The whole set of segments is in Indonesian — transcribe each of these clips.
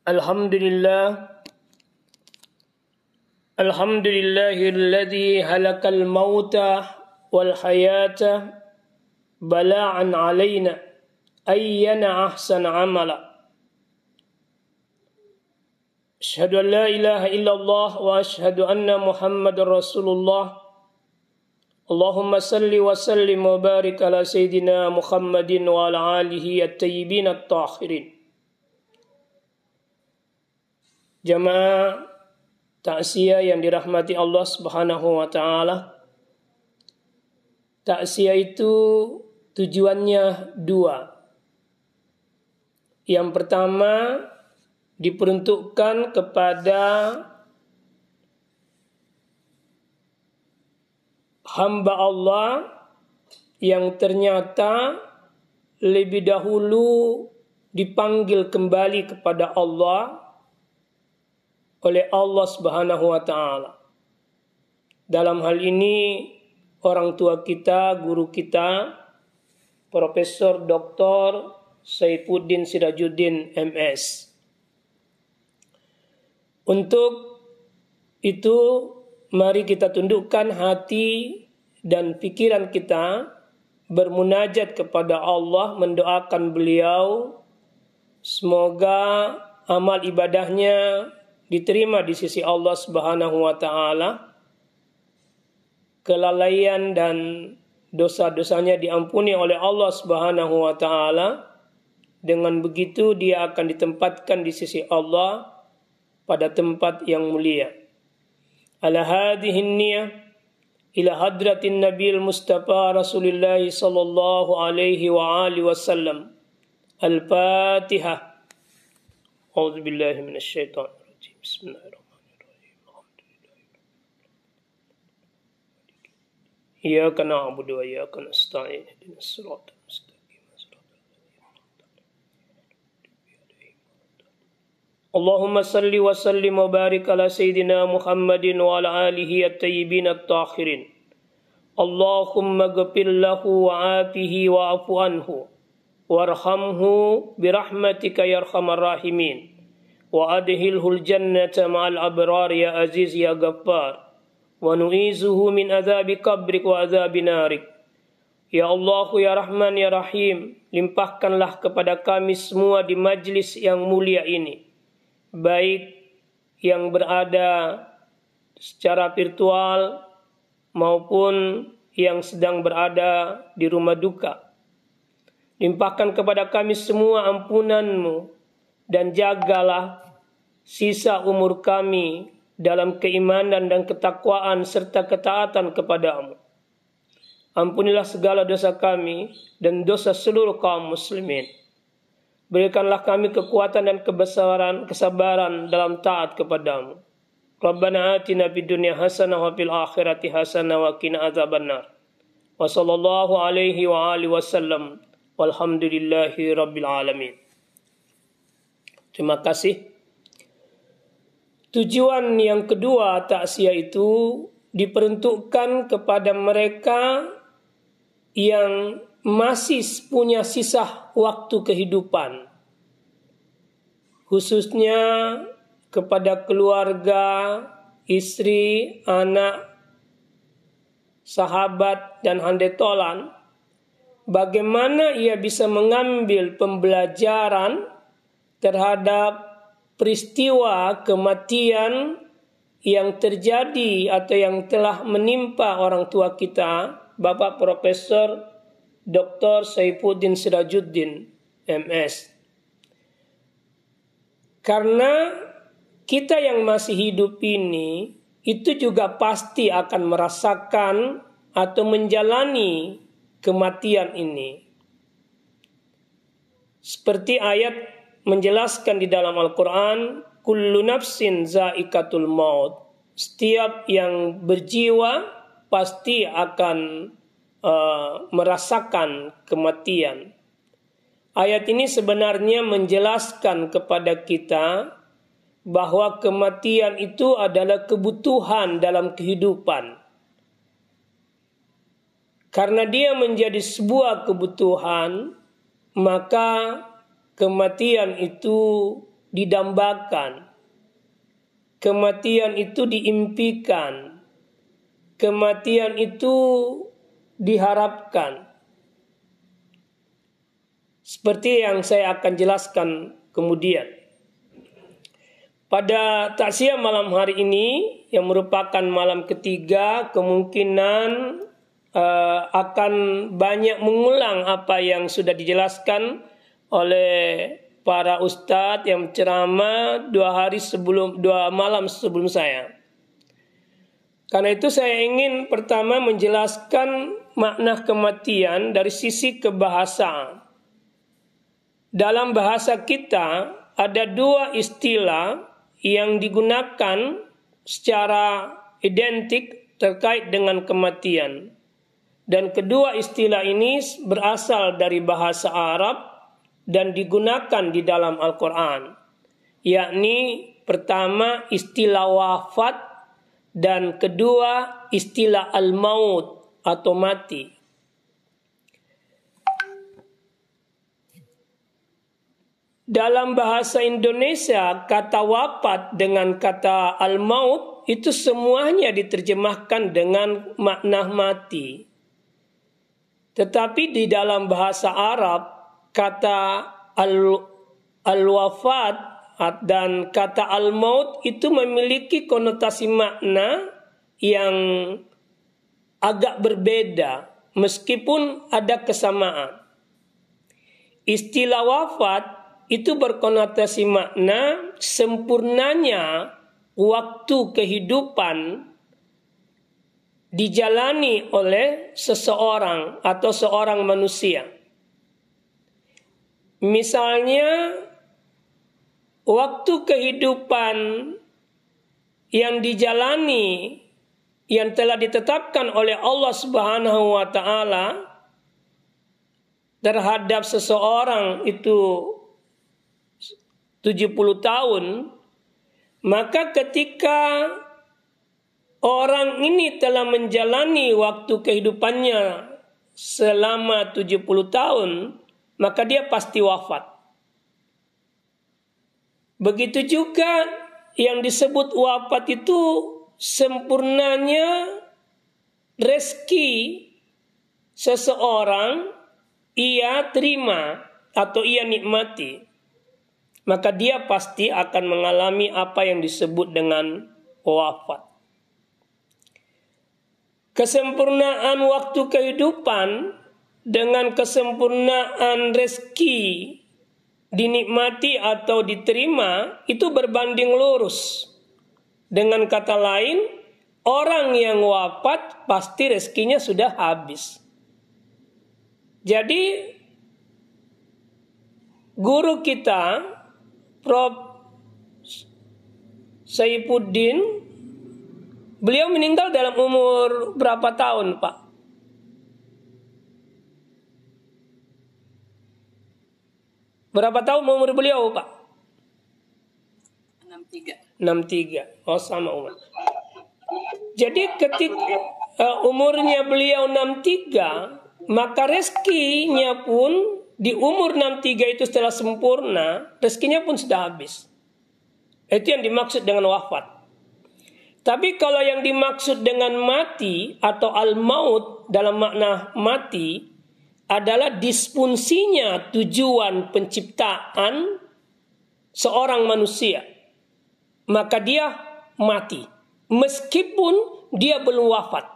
Alhamdulillah, alhamdulillahilladzi halakal mauta wal hayata bala'an alaina ayyana ahsana amala. Asyhadu an la ilaha illallah wa asyhadu anna Muhammadar Rasulullah. Allahumma salli wa sallim wa barik ala sayyidina Muhammadin wa ala alihi at-tayyibin at-tahirin. Jamaah takziah yang dirahmati Allah Subhanahu wa taala. Takziah itu tujuannya dua. Yang pertama diperuntukkan kepada hamba Allah yang ternyata lebih dahulu dipanggil kembali kepada Allah oleh Allah Subhanahu wa taala. Dalam hal ini orang tua kita, guru kita, Profesor Dr. Saifuddin Sirajuddin MS. Untuk itu mari kita tundukkan hati dan pikiran kita, bermunajat kepada Allah, mendoakan beliau semoga amal ibadahnya diterima di sisi Allah Subhanahu wa taala, kelalaian dan dosa-dosanya diampuni oleh Allah Subhanahu wa taala. Dengan begitu dia akan ditempatkan di sisi Allah pada tempat yang mulia. Ala hadhihi niyah ila hadratin Nabil Mustafa Rasulullah sallallahu alaihi wa alihi wasallam. Al-Fatihah. A'udzu billahi minasyaitonir rajim. Bismillahirrahmanirrahim. Iyyaka na'budu wa iyyaka nasta'in. Ihdinas siratal mustaqim. Allahumma salli wa sallim wa barik ala sayyidina Muhammadin wa ala alihi at-tayyibin at-tahirin. Allahumma ghfir lahu wa afihi wa afu anhu warhamhu birahmatika ya arhamar rahimin. Wa adhilhul jannata ma'al abrar ya aziz ya ghaffar. Wa nu'izuhu min azabi qabrik wa azabi narik. Ya Allah, ya Rahman, ya Rahim, limpahkanlah kepada kami semua di majlis yang mulia ini, baik yang berada secara virtual maupun yang sedang berada di rumah duka. Limpahkan kepada kami semua ampunan-Mu dan jagalah sisa umur kami dalam keimanan dan ketakwaan serta ketaatan kepada-Mu. Ampunilah segala dosa kami dan dosa seluruh kaum muslimin. Berikanlah kami kekuatan dan kesabaran dalam taat kepada-Mu. Rabbana atina fid dunya hasanah wa fil akhirati hasanah wa qina adzabannar. Wa sallallahu alaihi wa alihi wasallam. Walhamdulillahi rabbil alamin. Terima kasih. Tujuan yang kedua takziah itu diperuntukkan kepada mereka yang masih punya sisa waktu kehidupan, khususnya kepada keluarga, istri, anak, sahabat, dan handetolan. Bagaimana ia bisa mengambil pembelajaran terhadap peristiwa kematian yang terjadi atau yang telah menimpa orang tua kita, Bapak Profesor Dr. Saifuddin Sirajuddin MS. Karena kita yang masih hidup ini itu juga pasti akan merasakan atau menjalani kematian ini. Seperti ayat menjelaskan di dalam Al-Quran, kullu nafsin za'iqatul maut. Setiap yang berjiwa pasti akan merasakan kematian. Ayat ini sebenarnya menjelaskan kepada kita bahwa kematian itu adalah kebutuhan dalam kehidupan. Karena dia menjadi sebuah kebutuhan, maka kematian itu didambakan, kematian itu diimpikan, kematian itu diharapkan. Seperti yang saya akan jelaskan kemudian. Pada takziah malam hari ini yang merupakan malam ketiga, kemungkinan akan banyak mengulang apa yang sudah dijelaskan oleh para ustadz yang ceramah 2 malam sebelum saya. Karena itu saya ingin pertama menjelaskan makna kematian dari sisi kebahasaan. Dalam bahasa kita ada 2 istilah yang digunakan secara identik terkait dengan kematian. Dan kedua istilah ini berasal dari bahasa Arab dan digunakan di dalam Al-Quran. Yakni pertama istilah wafat dan kedua istilah al-maut atau mati. Dalam bahasa Indonesia, kata wafat dengan kata al-maut itu semuanya diterjemahkan dengan makna mati. Tetapi di dalam bahasa Arab, kata al-wafat dan kata al-maut itu memiliki konotasi makna yang agak berbeda meskipun ada kesamaan. Istilah wafat itu berkonotasi makna sempurnanya waktu kehidupan dijalani oleh seseorang atau seorang manusia. Misalnya, waktu kehidupan yang dijalani yang telah ditetapkan oleh Allah Subhanahu wa taala terhadap seseorang itu 70 tahun, maka ketika orang ini telah menjalani waktu kehidupannya selama 70 tahun, maka dia pasti wafat. Begitu juga yang disebut wafat itu sempurnanya rezeki seseorang ia terima atau ia nikmati. Maka dia pasti akan mengalami apa yang disebut dengan wafat. Kesempurnaan waktu kehidupan dengan kesempurnaan rezeki dinikmati atau diterima itu berbanding lurus. Dengan kata lain, orang yang wafat pasti rezekinya sudah habis. Jadi guru kita Prof. Saifuddin, beliau meninggal dalam umur berapa tahun, Pak? Berapa tahun umur beliau, Pak? 63. Oh, sama umur. Jadi ketika umurnya beliau 63, maka rezekinya pun di umur 63 itu setelah sempurna, rezekinya pun sudah habis. Itu yang dimaksud dengan wafat. Tapi kalau yang dimaksud dengan mati atau al-maut dalam makna mati adalah disfungsinya tujuan penciptaan seorang manusia. Maka dia mati meskipun dia belum wafat.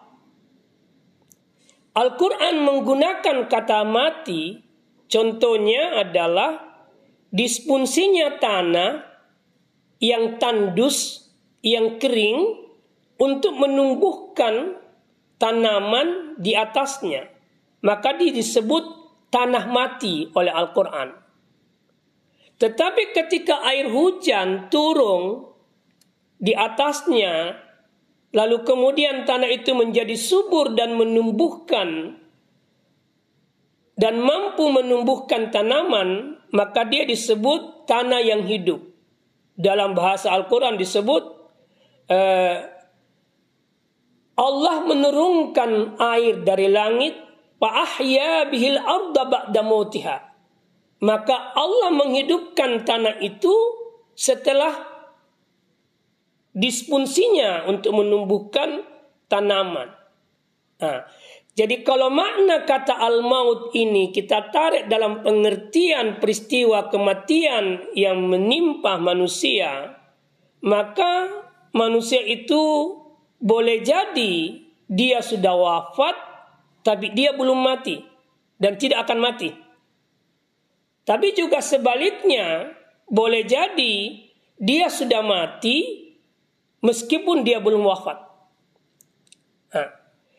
Al-Quran menggunakan kata mati. Contohnya adalah disfungsinya tanah yang tandus, yang kering untuk menumbuhkan tanaman di atasnya. Maka disebut tanah mati oleh Al-Quran. Tetapi ketika air hujan turun di atasnya, lalu kemudian tanah itu menjadi subur dan menumbuhkan dan mampu menumbuhkan tanaman, maka dia disebut tanah yang hidup. Dalam bahasa Al-Quran disebut Allah menurunkan air dari langit, fa'ahya bihil arda ba'da mautiha. Maka Allah menghidupkan tanah itu setelah disfungsinya untuk menumbuhkan tanaman. Nah, jadi kalau makna kata al-maut ini kita tarik dalam pengertian peristiwa kematian yang menimpa manusia, maka manusia itu boleh jadi dia sudah wafat tapi dia belum mati dan tidak akan mati. Tapi juga sebaliknya, boleh jadi dia sudah mati meskipun dia belum wafat. Nah,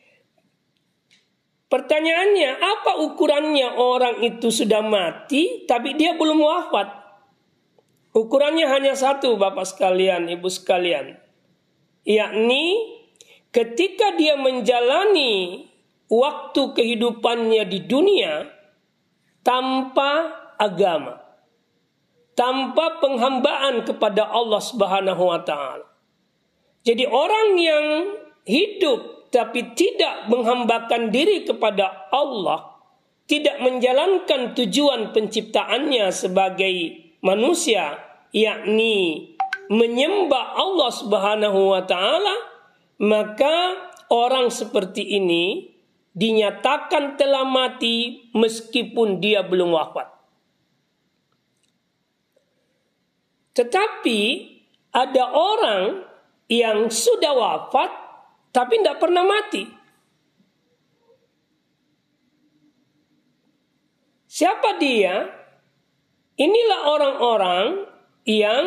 pertanyaannya, apa ukurannya orang itu sudah mati tapi dia belum wafat? Ukurannya hanya satu, Bapak sekalian, Ibu sekalian, yakni ketika dia menjalani waktu kehidupannya di dunia tanpa agama, tanpa penghambaan kepada Allah Subhanahu wa taala. Jadi orang yang hidup tapi tidak menghambakan diri kepada Allah, tidak menjalankan tujuan penciptaannya sebagai manusia, yakni menyembah Allah Subhanahu wa taala, maka orang seperti ini dinyatakan telah mati meskipun dia belum wafat. Tetapi ada orang yang sudah wafat tapi tidak pernah mati. Siapa dia? Inilah orang-orang yang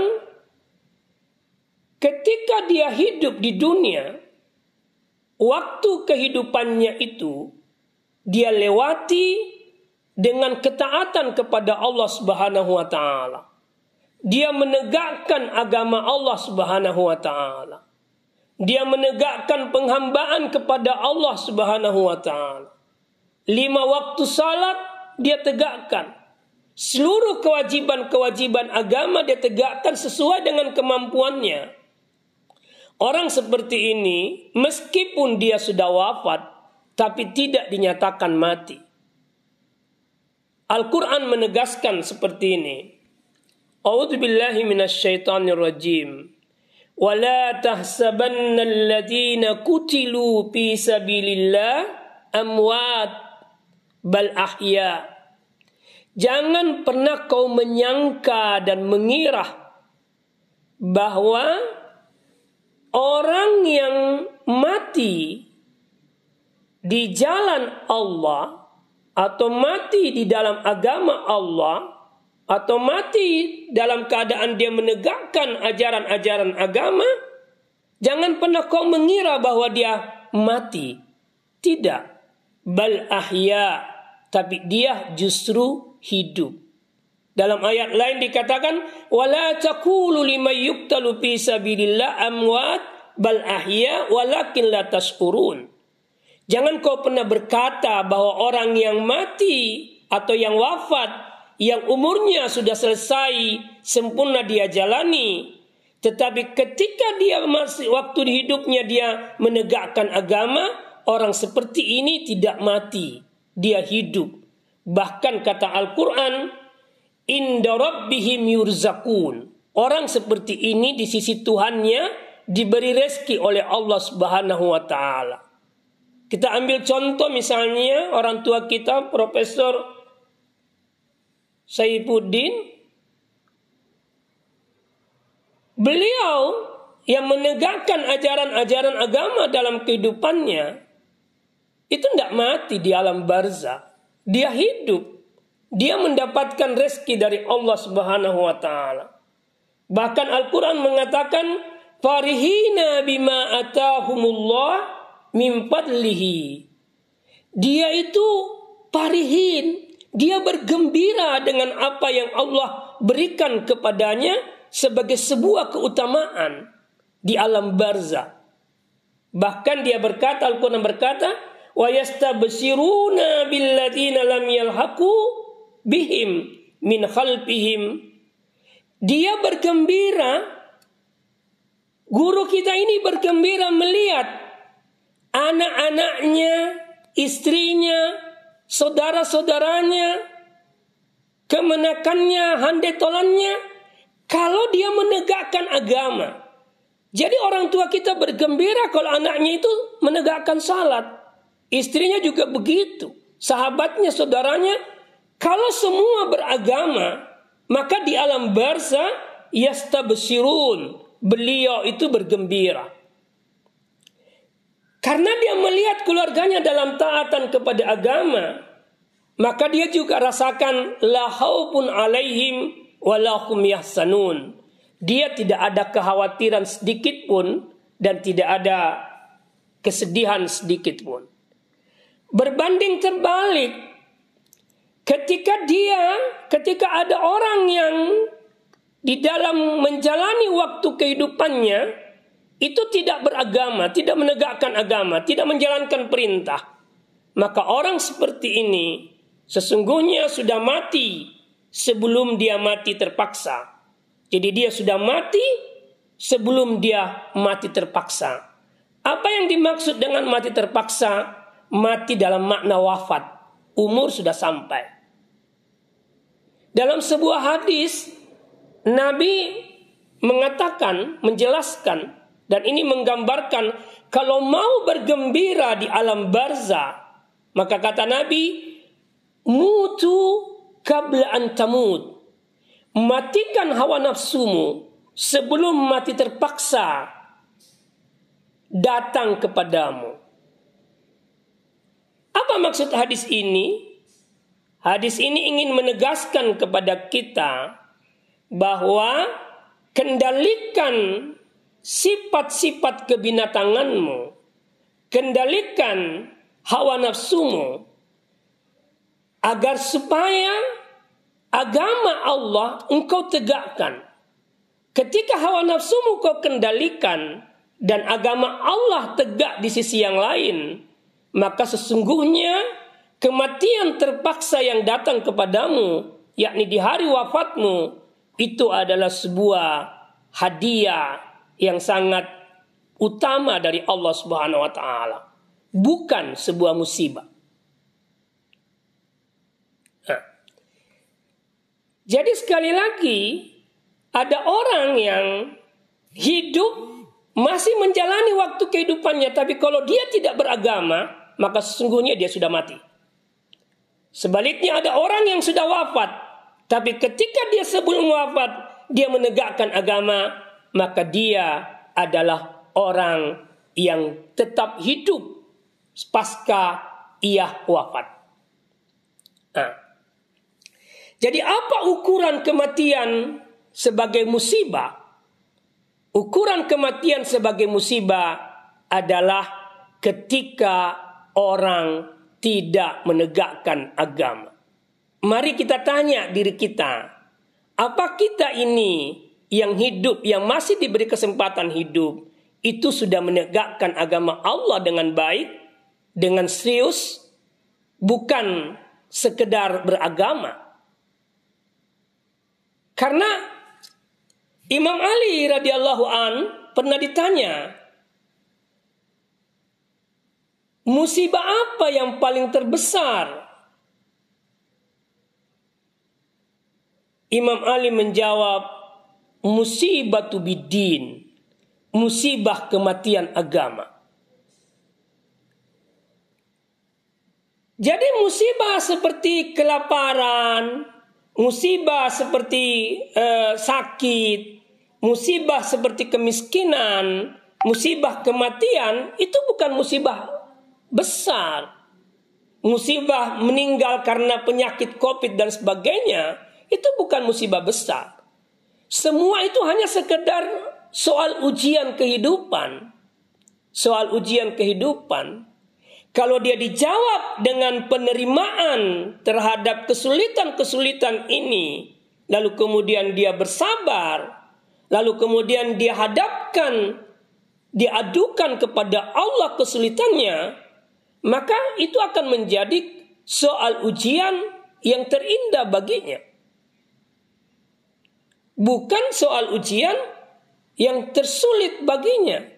ketika dia hidup di dunia, waktu kehidupannya itu dia lewati dengan ketaatan kepada Allah Subhanahu wa taala. Dia menegakkan agama Allah Subhanahu wa taala. Dia menegakkan penghambaan kepada Allah Subhanahu wa taala. 5 waktu salat dia tegakkan. Seluruh kewajiban-kewajiban agama dia tegakkan sesuai dengan kemampuannya. Orang seperti ini meskipun dia sudah wafat tapi tidak dinyatakan mati. Al-Quran menegaskan seperti ini. A'udzubillahi minasyaitonir rajim. Wala tahsabanna alladziina qutilu fi sabilillah amwat bal ahya. Jangan pernah kau menyangka dan mengira bahwa orang yang mati di jalan Allah atau mati di dalam agama Allah atau mati dalam keadaan dia menegakkan ajaran-ajaran agama, jangan pernah kau mengira bahwa dia mati. Tidak. Bal ahya, tapi dia justru hidup. Dalam ayat lain dikatakan, wala taqulu liman yuqtalu fi sabilillah amwat bal ahya walakin la tashkurun. Jangan kau pernah berkata bahwa orang yang mati atau yang wafat, yang umurnya sudah selesai, sempurna dia jalani, tetapi ketika dia masih waktu di hidupnya dia menegakkan agama, orang seperti ini tidak mati, dia hidup. Bahkan kata Al-Quran, inda rabbihim yurzakun. Orang seperti ini di sisi Tuhannya diberi rezeki oleh Allah Subhanahu wa taala. Kita ambil contoh misalnya orang tua kita Profesor Saifuddin. Beliau yang menegakkan ajaran-ajaran agama dalam kehidupannya itu tidak mati di alam barzakh. Dia hidup. Dia mendapatkan rezeki dari Allah Subhanahu wa taala. Bahkan Al-Quran mengatakan, farihina bima atahumullah min fadlihi. Dia itu farihin. Dia bergembira dengan apa yang Allah berikan kepadanya sebagai sebuah keutamaan di alam barzakh. Bahkan dia berkata, Al-Quran berkata, wa yastabshiruna billadzina lam yalhaqu bihim min khalfihim. Dia bergembira, guru kita ini bergembira melihat anak-anaknya, istrinya, saudara-saudaranya, kemenakannya, handetolannya, kalau dia menegakkan agama. Jadi orang tua kita bergembira kalau anaknya itu menegakkan salat. Istrinya juga begitu. Sahabatnya, saudaranya. Kalau semua beragama, maka di alam barzah yastabshirun. Beliau itu bergembira. Karena dia melihat keluarganya dalam taatan kepada agama, maka dia juga rasakan la khaufun alaihim wa lahum yahsanun. Dia tidak ada kekhawatiran sedikit pun dan tidak ada kesedihan sedikit pun. Berbanding terbalik, ketika ada orang yang di dalam menjalani waktu kehidupannya itu tidak beragama, tidak menegakkan agama, tidak menjalankan perintah, maka orang seperti ini sesungguhnya sudah mati sebelum dia mati terpaksa. Jadi dia sudah mati sebelum dia mati terpaksa. Apa yang dimaksud dengan mati terpaksa? Mati dalam makna wafat. Umur sudah sampai. Dalam sebuah hadis, Nabi mengatakan, menjelaskan, dan ini menggambarkan kalau mau bergembira di alam barzah, maka kata Nabi, mutu qabla an tamut. Matikan hawa nafsumu sebelum mati terpaksa datang kepadamu. Apa maksud hadis ini? Hadis ini ingin menegaskan kepada kita bahwa kendalikan sifat-sifat kebinatanganmu, kendalikan hawa nafsumu, agar supaya agama Allah engkau tegakkan. Ketika hawa nafsumu kau kendalikan dan agama Allah tegak di sisi yang lain, maka sesungguhnya kematian terpaksa yang datang kepadamu, yakni di hari wafatmu, itu adalah sebuah hadiah yang sangat utama dari Allah Subhanahu wa taala, bukan sebuah musibah. Jadi sekali lagi, ada orang yang hidup masih menjalani waktu kehidupannya, tapi kalau dia tidak beragama, maka sesungguhnya dia sudah mati. Sebaliknya ada orang yang sudah wafat, tapi ketika dia sebelum wafat, dia menegakkan agama, maka dia adalah orang yang tetap hidup pasca ia wafat. Jadi apa ukuran kematian sebagai musibah? Ukuran kematian sebagai musibah adalah ketika orang tidak menegakkan agama. Mari kita tanya diri kita, apa kita ini yang hidup, yang masih diberi kesempatan hidup, itu sudah menegakkan agama Allah dengan baik, dengan serius, bukan sekedar beragama. Karena Imam Ali radhiyallahu an pernah ditanya, musibah apa yang paling terbesar? Imam Ali menjawab, musibatu biddin, musibah kematian agama. Jadi musibah seperti kelaparan, musibah seperti sakit, musibah seperti kemiskinan, musibah kematian, itu bukan musibah besar. Musibah meninggal karena penyakit COVID dan sebagainya, itu bukan musibah besar. Semua itu hanya sekedar soal ujian kehidupan. Soal ujian kehidupan. Kalau dia dijawab dengan penerimaan terhadap kesulitan-kesulitan ini, lalu kemudian dia bersabar, lalu kemudian dia diadukan kepada Allah kesulitannya, maka itu akan menjadi soal ujian yang terindah baginya. Bukan soal ujian yang tersulit baginya.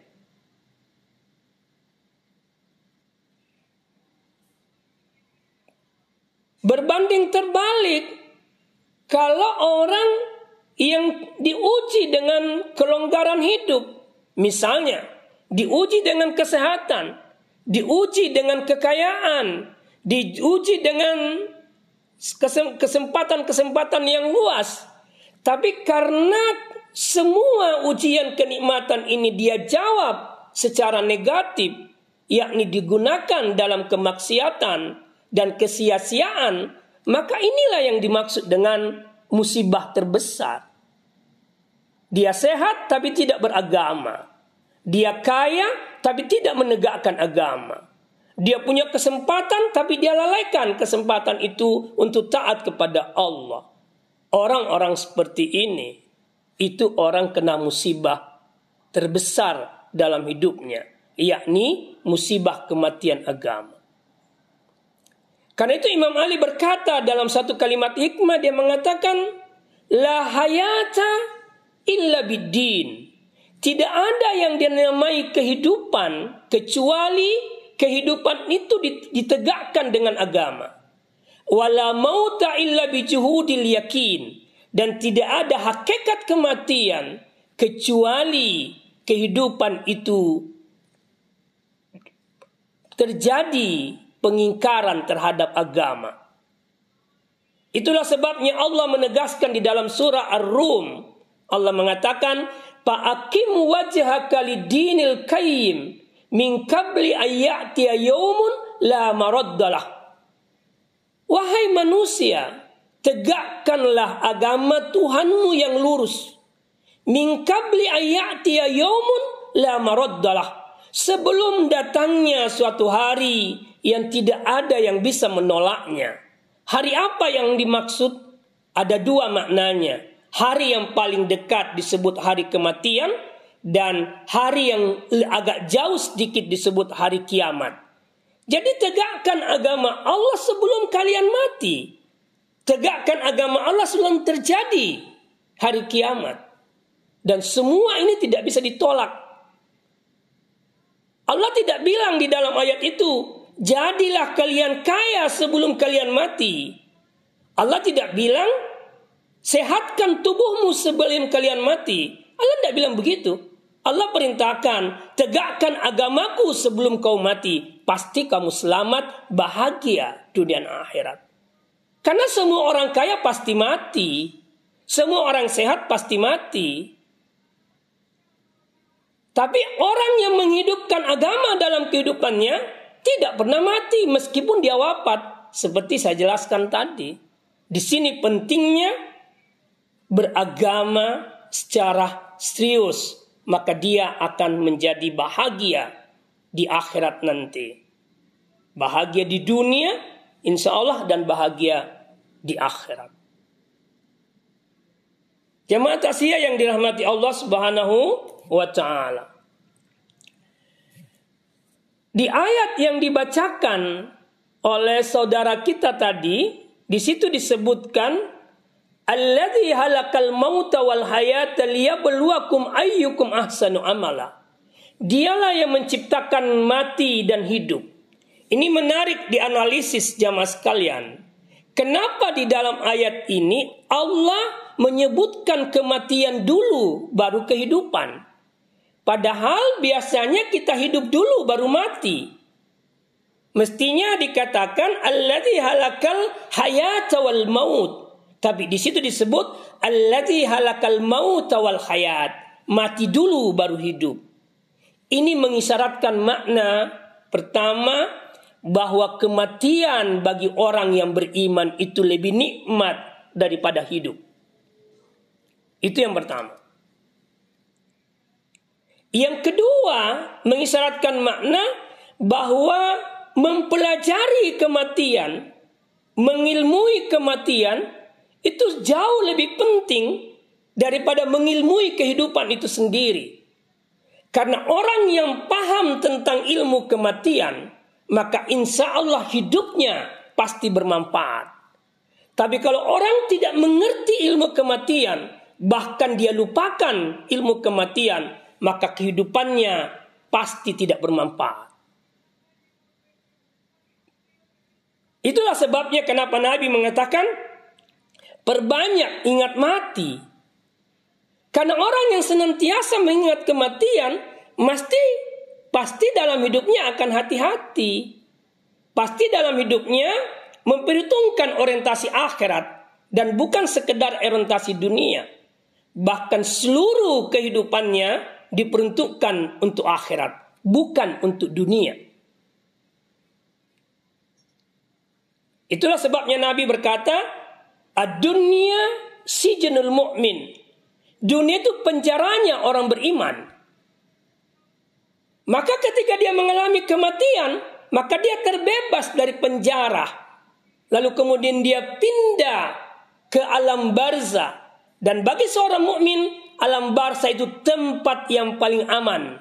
Berbanding terbalik, kalau orang yang diuji dengan kelonggaran hidup. Misalnya, diuji dengan kesehatan, diuji dengan kekayaan, diuji dengan kesempatan-kesempatan yang luas. Tapi karena semua ujian kenikmatan ini dia jawab secara negatif, yakni digunakan dalam kemaksiatan dan kesia-siaan, maka inilah yang dimaksud dengan musibah terbesar. Dia sehat tapi tidak beragama. Dia kaya tapi tidak menegakkan agama. Dia punya kesempatan tapi dia lalaikan kesempatan itu untuk taat kepada Allah. Orang-orang seperti ini, itu orang kena musibah terbesar dalam hidupnya, yakni musibah kematian agama. Karena itu Imam Ali berkata dalam satu kalimat hikmah, dia mengatakan, la hayata illa biddin. Tidak ada yang dinamai kehidupan kecuali kehidupan itu ditegakkan dengan agama. Wala mauta illa bijuhudil yakin. Dan tidak ada hakikat kematian kecuali kehidupan itu terjadi pengingkaran terhadap agama. Itulah sebabnya Allah menegaskan di dalam surah Ar-Rum. Allah mengatakan, "Fa'aqim wajhaka lid-dinil qayyim min qabli ayyatiya yaumun la maraddalah." Wahai manusia, tegakkanlah agama Tuhanmu yang lurus. Min qabli ayyatiya yaumun la maraddalah. Sebelum datangnya suatu hari yang tidak ada yang bisa menolaknya. Hari apa yang dimaksud? Ada dua maknanya. Hari yang paling dekat disebut hari kematian, dan hari yang agak jauh sedikit disebut hari kiamat. Jadi tegakkan agama Allah sebelum kalian mati. Tegakkan agama Allah sebelum terjadi hari kiamat. Dan semua ini tidak bisa ditolak. Allah tidak bilang di dalam ayat itu, jadilah kalian kaya sebelum kalian mati. Allah tidak bilang, sehatkan tubuhmu sebelum kalian mati. Allah tidak bilang begitu. Allah perintahkan, tegakkan agamaku sebelum kau mati. Pasti kamu selamat, bahagia dunia dan akhirat. Karena semua orang kaya pasti mati. Semua orang sehat pasti mati. Tapi orang yang menghidupkan agama dalam kehidupannya tidak pernah mati meskipun dia wafat. Seperti saya jelaskan tadi. Di sini pentingnya beragama secara serius. Maka dia akan menjadi bahagia di akhirat nanti. Bahagia di dunia, insya Allah, dan bahagia di akhirat. Jamaah tasiyah yang dirahmati Allah Subhanahu wa ta'ala. Di ayat yang dibacakan oleh saudara kita tadi, di situ disebutkan, alladzi halakal mauta wal hayata liyabluwakum ayyukum ahsanu amala. Dialah yang menciptakan mati dan hidup. Ini menarik dianalisis jamaah sekalian. Kenapa di dalam ayat ini Allah menyebutkan kematian dulu baru kehidupan? Padahal biasanya kita hidup dulu baru mati. Mestinya dikatakan alladzi halakal hayata wal maut. Tapi di situ disebut alladzi halakal mauta wal hayat. Mati dulu baru hidup. Ini mengisyaratkan makna pertama, bahwa kematian bagi orang yang beriman itu lebih nikmat daripada hidup. Itu yang pertama. Yang kedua, mengisyaratkan makna bahwa mempelajari kematian, mengilmui kematian, itu jauh lebih penting daripada mengilmui kehidupan itu sendiri. Karena orang yang paham tentang ilmu kematian, maka insya Allah hidupnya pasti bermanfaat. Tapi kalau orang tidak mengerti ilmu kematian, bahkan dia lupakan ilmu kematian, maka kehidupannya pasti tidak bermanfaat. Itulah sebabnya kenapa Nabi mengatakan, perbanyak ingat mati. Karena orang yang senantiasa mengingat kematian, pasti dalam hidupnya akan hati-hati. Pasti dalam hidupnya memperhitungkan orientasi akhirat dan bukan sekedar orientasi dunia. Bahkan seluruh kehidupannya diperuntukkan untuk akhirat, bukan untuk dunia. Itulah sebabnya Nabi berkata, "Ad-dunya sijnul mu'min." Dunia itu penjaranya orang beriman. Maka ketika dia mengalami kematian, maka dia terbebas dari penjara. Lalu kemudian dia pindah ke alam barzah. Dan bagi seorang mukmin, alam barzah itu tempat yang paling aman.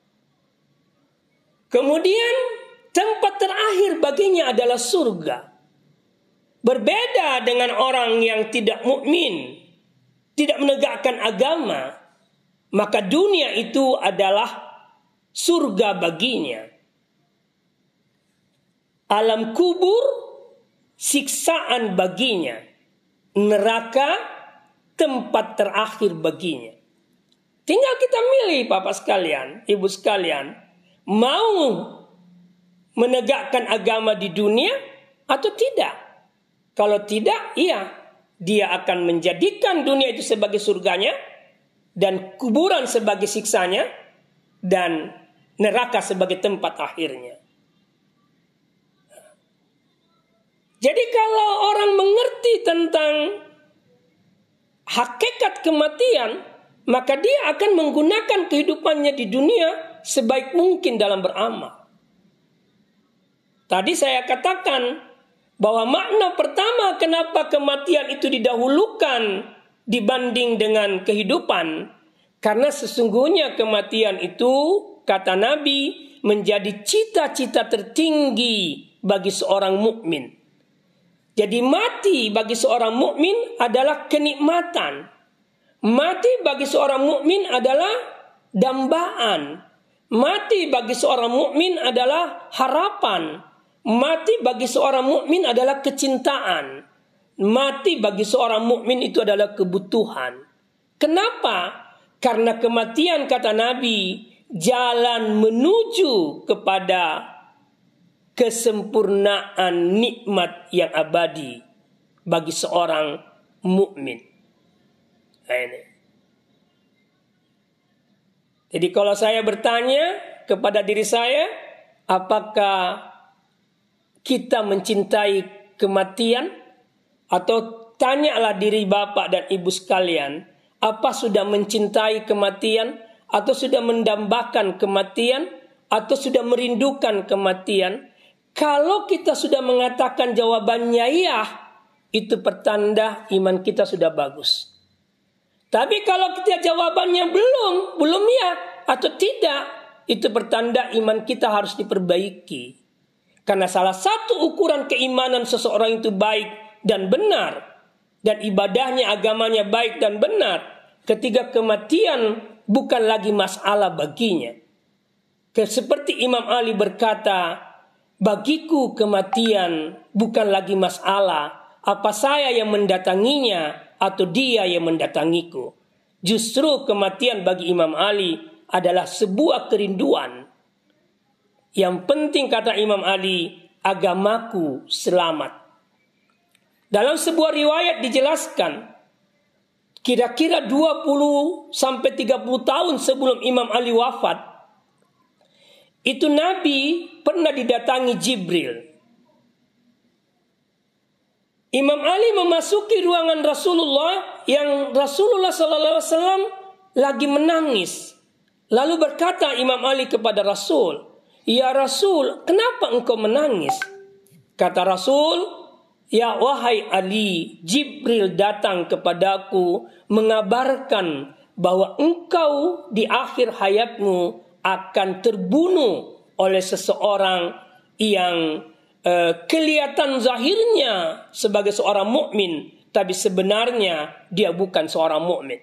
Kemudian tempat terakhir baginya adalah surga. Berbeda dengan orang yang tidak mukmin, tidak menegakkan agama, maka dunia itu adalah surga baginya. Alam kubur siksaan baginya, neraka tempat terakhir baginya. Tinggal kita milih, Bapak sekalian, Ibu sekalian, mau menegakkan agama di dunia atau tidak. Kalau tidak, dia akan menjadikan dunia itu sebagai surganya, dan kuburan sebagai siksanya, dan neraka sebagai tempat akhirnya. Jadi kalau orang mengerti tentang hakikat kematian, maka dia akan menggunakan kehidupannya di dunia sebaik mungkin dalam beramal. Tadi saya katakan bahwa makna pertama kenapa kematian itu didahulukan dibanding dengan kehidupan, karena sesungguhnya kematian itu, kata Nabi, menjadi cita-cita tertinggi bagi seorang mukmin. Jadi mati bagi seorang mukmin adalah kenikmatan. Mati bagi seorang mukmin adalah dambaan. Mati bagi seorang mukmin adalah harapan. Mati bagi seorang mukmin adalah kecintaan. Mati bagi seorang mukmin itu adalah kebutuhan. Kenapa? Karena kematian, kata Nabi, jalan menuju kepada kesempurnaan nikmat yang abadi bagi seorang mukmin. Jadi kalau saya bertanya kepada diri saya, apakah kita mencintai kematian? Atau tanyalah diri Bapak dan Ibu sekalian, apa sudah mencintai kematian? Atau sudah mendambakan kematian? Atau sudah merindukan kematian? Kalau kita sudah mengatakan jawabannya ya, itu pertanda iman kita sudah bagus. Tapi kalau kita jawabannya belum ya atau tidak, itu pertanda iman kita harus diperbaiki. Karena salah satu ukuran keimanan seseorang itu baik dan benar, dan ibadahnya, agamanya baik dan benar, ketika kematian bukan lagi masalah baginya. Seperti Imam Ali berkata, bagiku kematian bukan lagi masalah, apa saya yang mendatanginya atau dia yang mendatangiku. Justru kematian bagi Imam Ali adalah sebuah kerinduan. Yang penting, kata Imam Ali, agamaku selamat. Dalam sebuah riwayat dijelaskan, kira-kira 20 sampai 30 tahun sebelum Imam Ali wafat, itu Nabi pernah didatangi Jibril. Imam Ali memasuki ruangan Rasulullah yang Rasulullah SAW lagi menangis. Lalu berkata Imam Ali kepada Rasul, "Ya Rasul, kenapa engkau menangis?" Kata Rasul, "Ya wahai Ali, Jibril datang kepadaku mengabarkan bahwa engkau di akhir hayatmu akan terbunuh oleh seseorang yang kelihatan zahirnya sebagai seorang mukmin, tapi sebenarnya dia bukan seorang mukmin."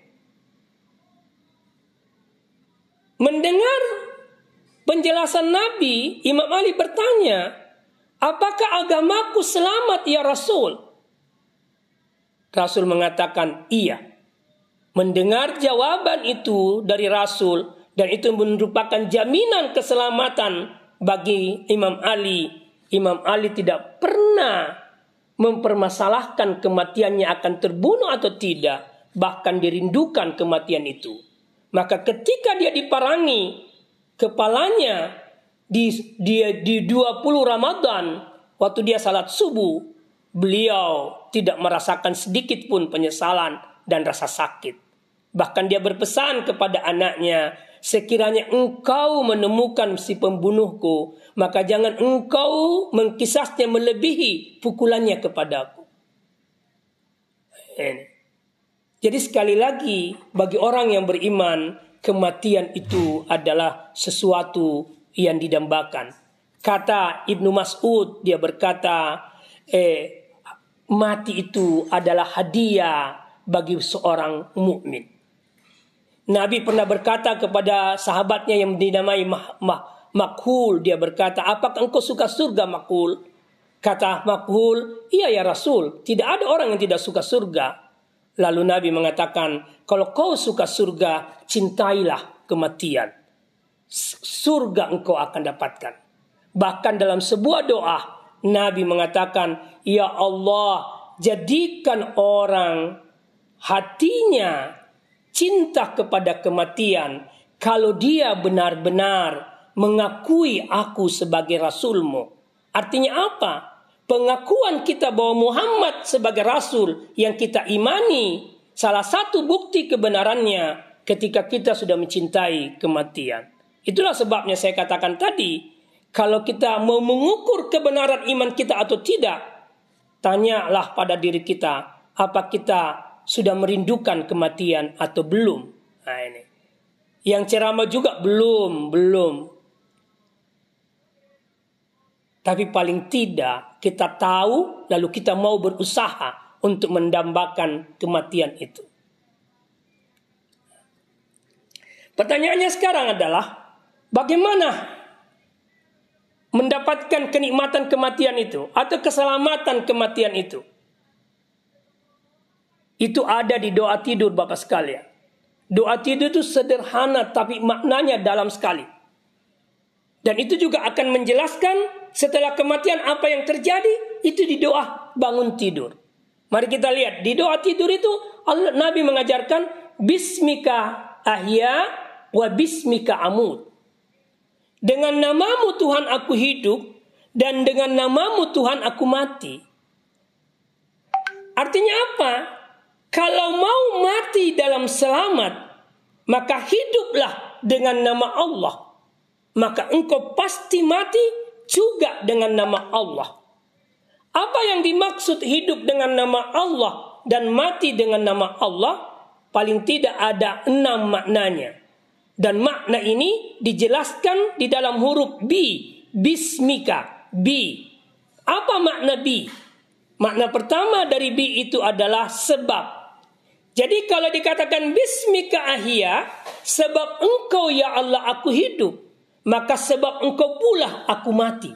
Mendengar penjelasan Nabi, Imam Ali bertanya, "Apakah agamaku selamat ya Rasul?" Rasul mengatakan, "Iya." mendengar jawaban itu dari Rasul, dan itu merupakan jaminan keselamatan bagi Imam Ali. Imam Ali tidak pernah mempermasalahkan kematiannya akan terbunuh atau tidak, bahkan dirindukan kematian itu. Maka ketika dia diparangi kepalanya di 20 Ramadan, waktu dia salat subuh, beliau tidak merasakan sedikit pun penyesalan dan rasa sakit. Bahkan dia berpesan kepada anaknya, sekiranya engkau menemukan si pembunuhku, maka jangan engkau mengkisasnya melebihi pukulannya kepadaku. Jadi sekali lagi, bagi orang yang beriman, kematian itu adalah sesuatu yang didambakan. Kata Ibnu Mas'ud, dia berkata, mati itu adalah hadiah bagi seorang mukmin. Nabi pernah berkata kepada sahabatnya yang dinamai Makhul, dia berkata, apakah engkau suka surga, Makhul? Kata Makhul, iya ya Rasul, tidak ada orang yang tidak suka surga. Lalu Nabi mengatakan, kalau kau suka surga, cintailah kematian. Surga engkau akan dapatkan. Bahkan dalam sebuah doa, Nabi mengatakan, ya Allah, jadikan orang hatinya cinta kepada kematian kalau dia benar-benar mengakui aku sebagai Rasulmu. Artinya apa? Pengakuan kita bahwa Muhammad sebagai Rasul yang kita imani, salah satu bukti kebenarannya ketika kita sudah mencintai kematian. Itulah sebabnya saya katakan tadi, kalau kita mau mengukur kebenaran iman kita atau tidak, tanyalah pada diri kita, apa kita sudah merindukan kematian atau belum? Nah ini. Yang ceramah juga belum. Tapi paling tidak kita tahu, lalu kita mau berusaha untuk mendambakan kematian itu. Pertanyaannya sekarang adalah, bagaimana mendapatkan kenikmatan kematian itu atau keselamatan kematian itu? Itu ada di doa tidur Bapak sekalian. Doa tidur itu sederhana tapi maknanya dalam sekali. Dan itu juga akan menjelaskan setelah kematian apa yang terjadi, itu di doa bangun tidur. Mari kita lihat di doa tidur itu Nabi mengajarkan bismika ahya wa bismika amut. Dengan namamu Tuhan aku hidup dan dengan namamu Tuhan aku mati. Artinya apa? Kalau mau mati dalam selamat, maka hiduplah dengan nama Allah. Maka engkau pasti mati juga dengan nama Allah. Apa yang dimaksud hidup dengan nama Allah dan mati dengan nama Allah? Paling tidak ada 6 maknanya. Dan makna ini dijelaskan di dalam huruf bi, bismika, bi. Apa makna bi? Makna pertama dari bi itu adalah sebab. Jadi kalau dikatakan bismika ahya, sebab engkau ya Allah aku hidup, maka sebab engkau pula aku mati.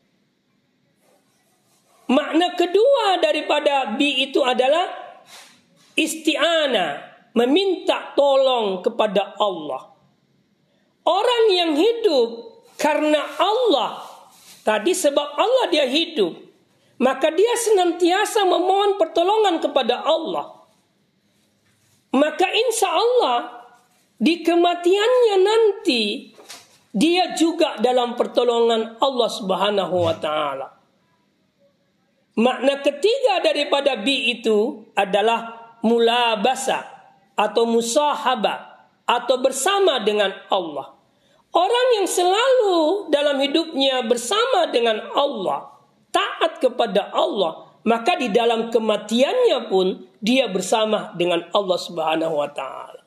Makna kedua daripada bi itu adalah isti'anah, meminta tolong kepada Allah. Orang yang hidup karena Allah, tadi sebab Allah dia hidup, maka dia senantiasa memohon pertolongan kepada Allah. Maka insya Allah di kematiannya nanti dia juga dalam pertolongan Allah Subhanahu wa taala. Makna ketiga daripada bi itu adalah mulabasa atau musahabah atau bersama dengan Allah. Orang yang selalu dalam hidupnya bersama dengan Allah, taat kepada Allah, maka di dalam kematiannya pun dia bersama dengan Allah Subhanahu wa taala.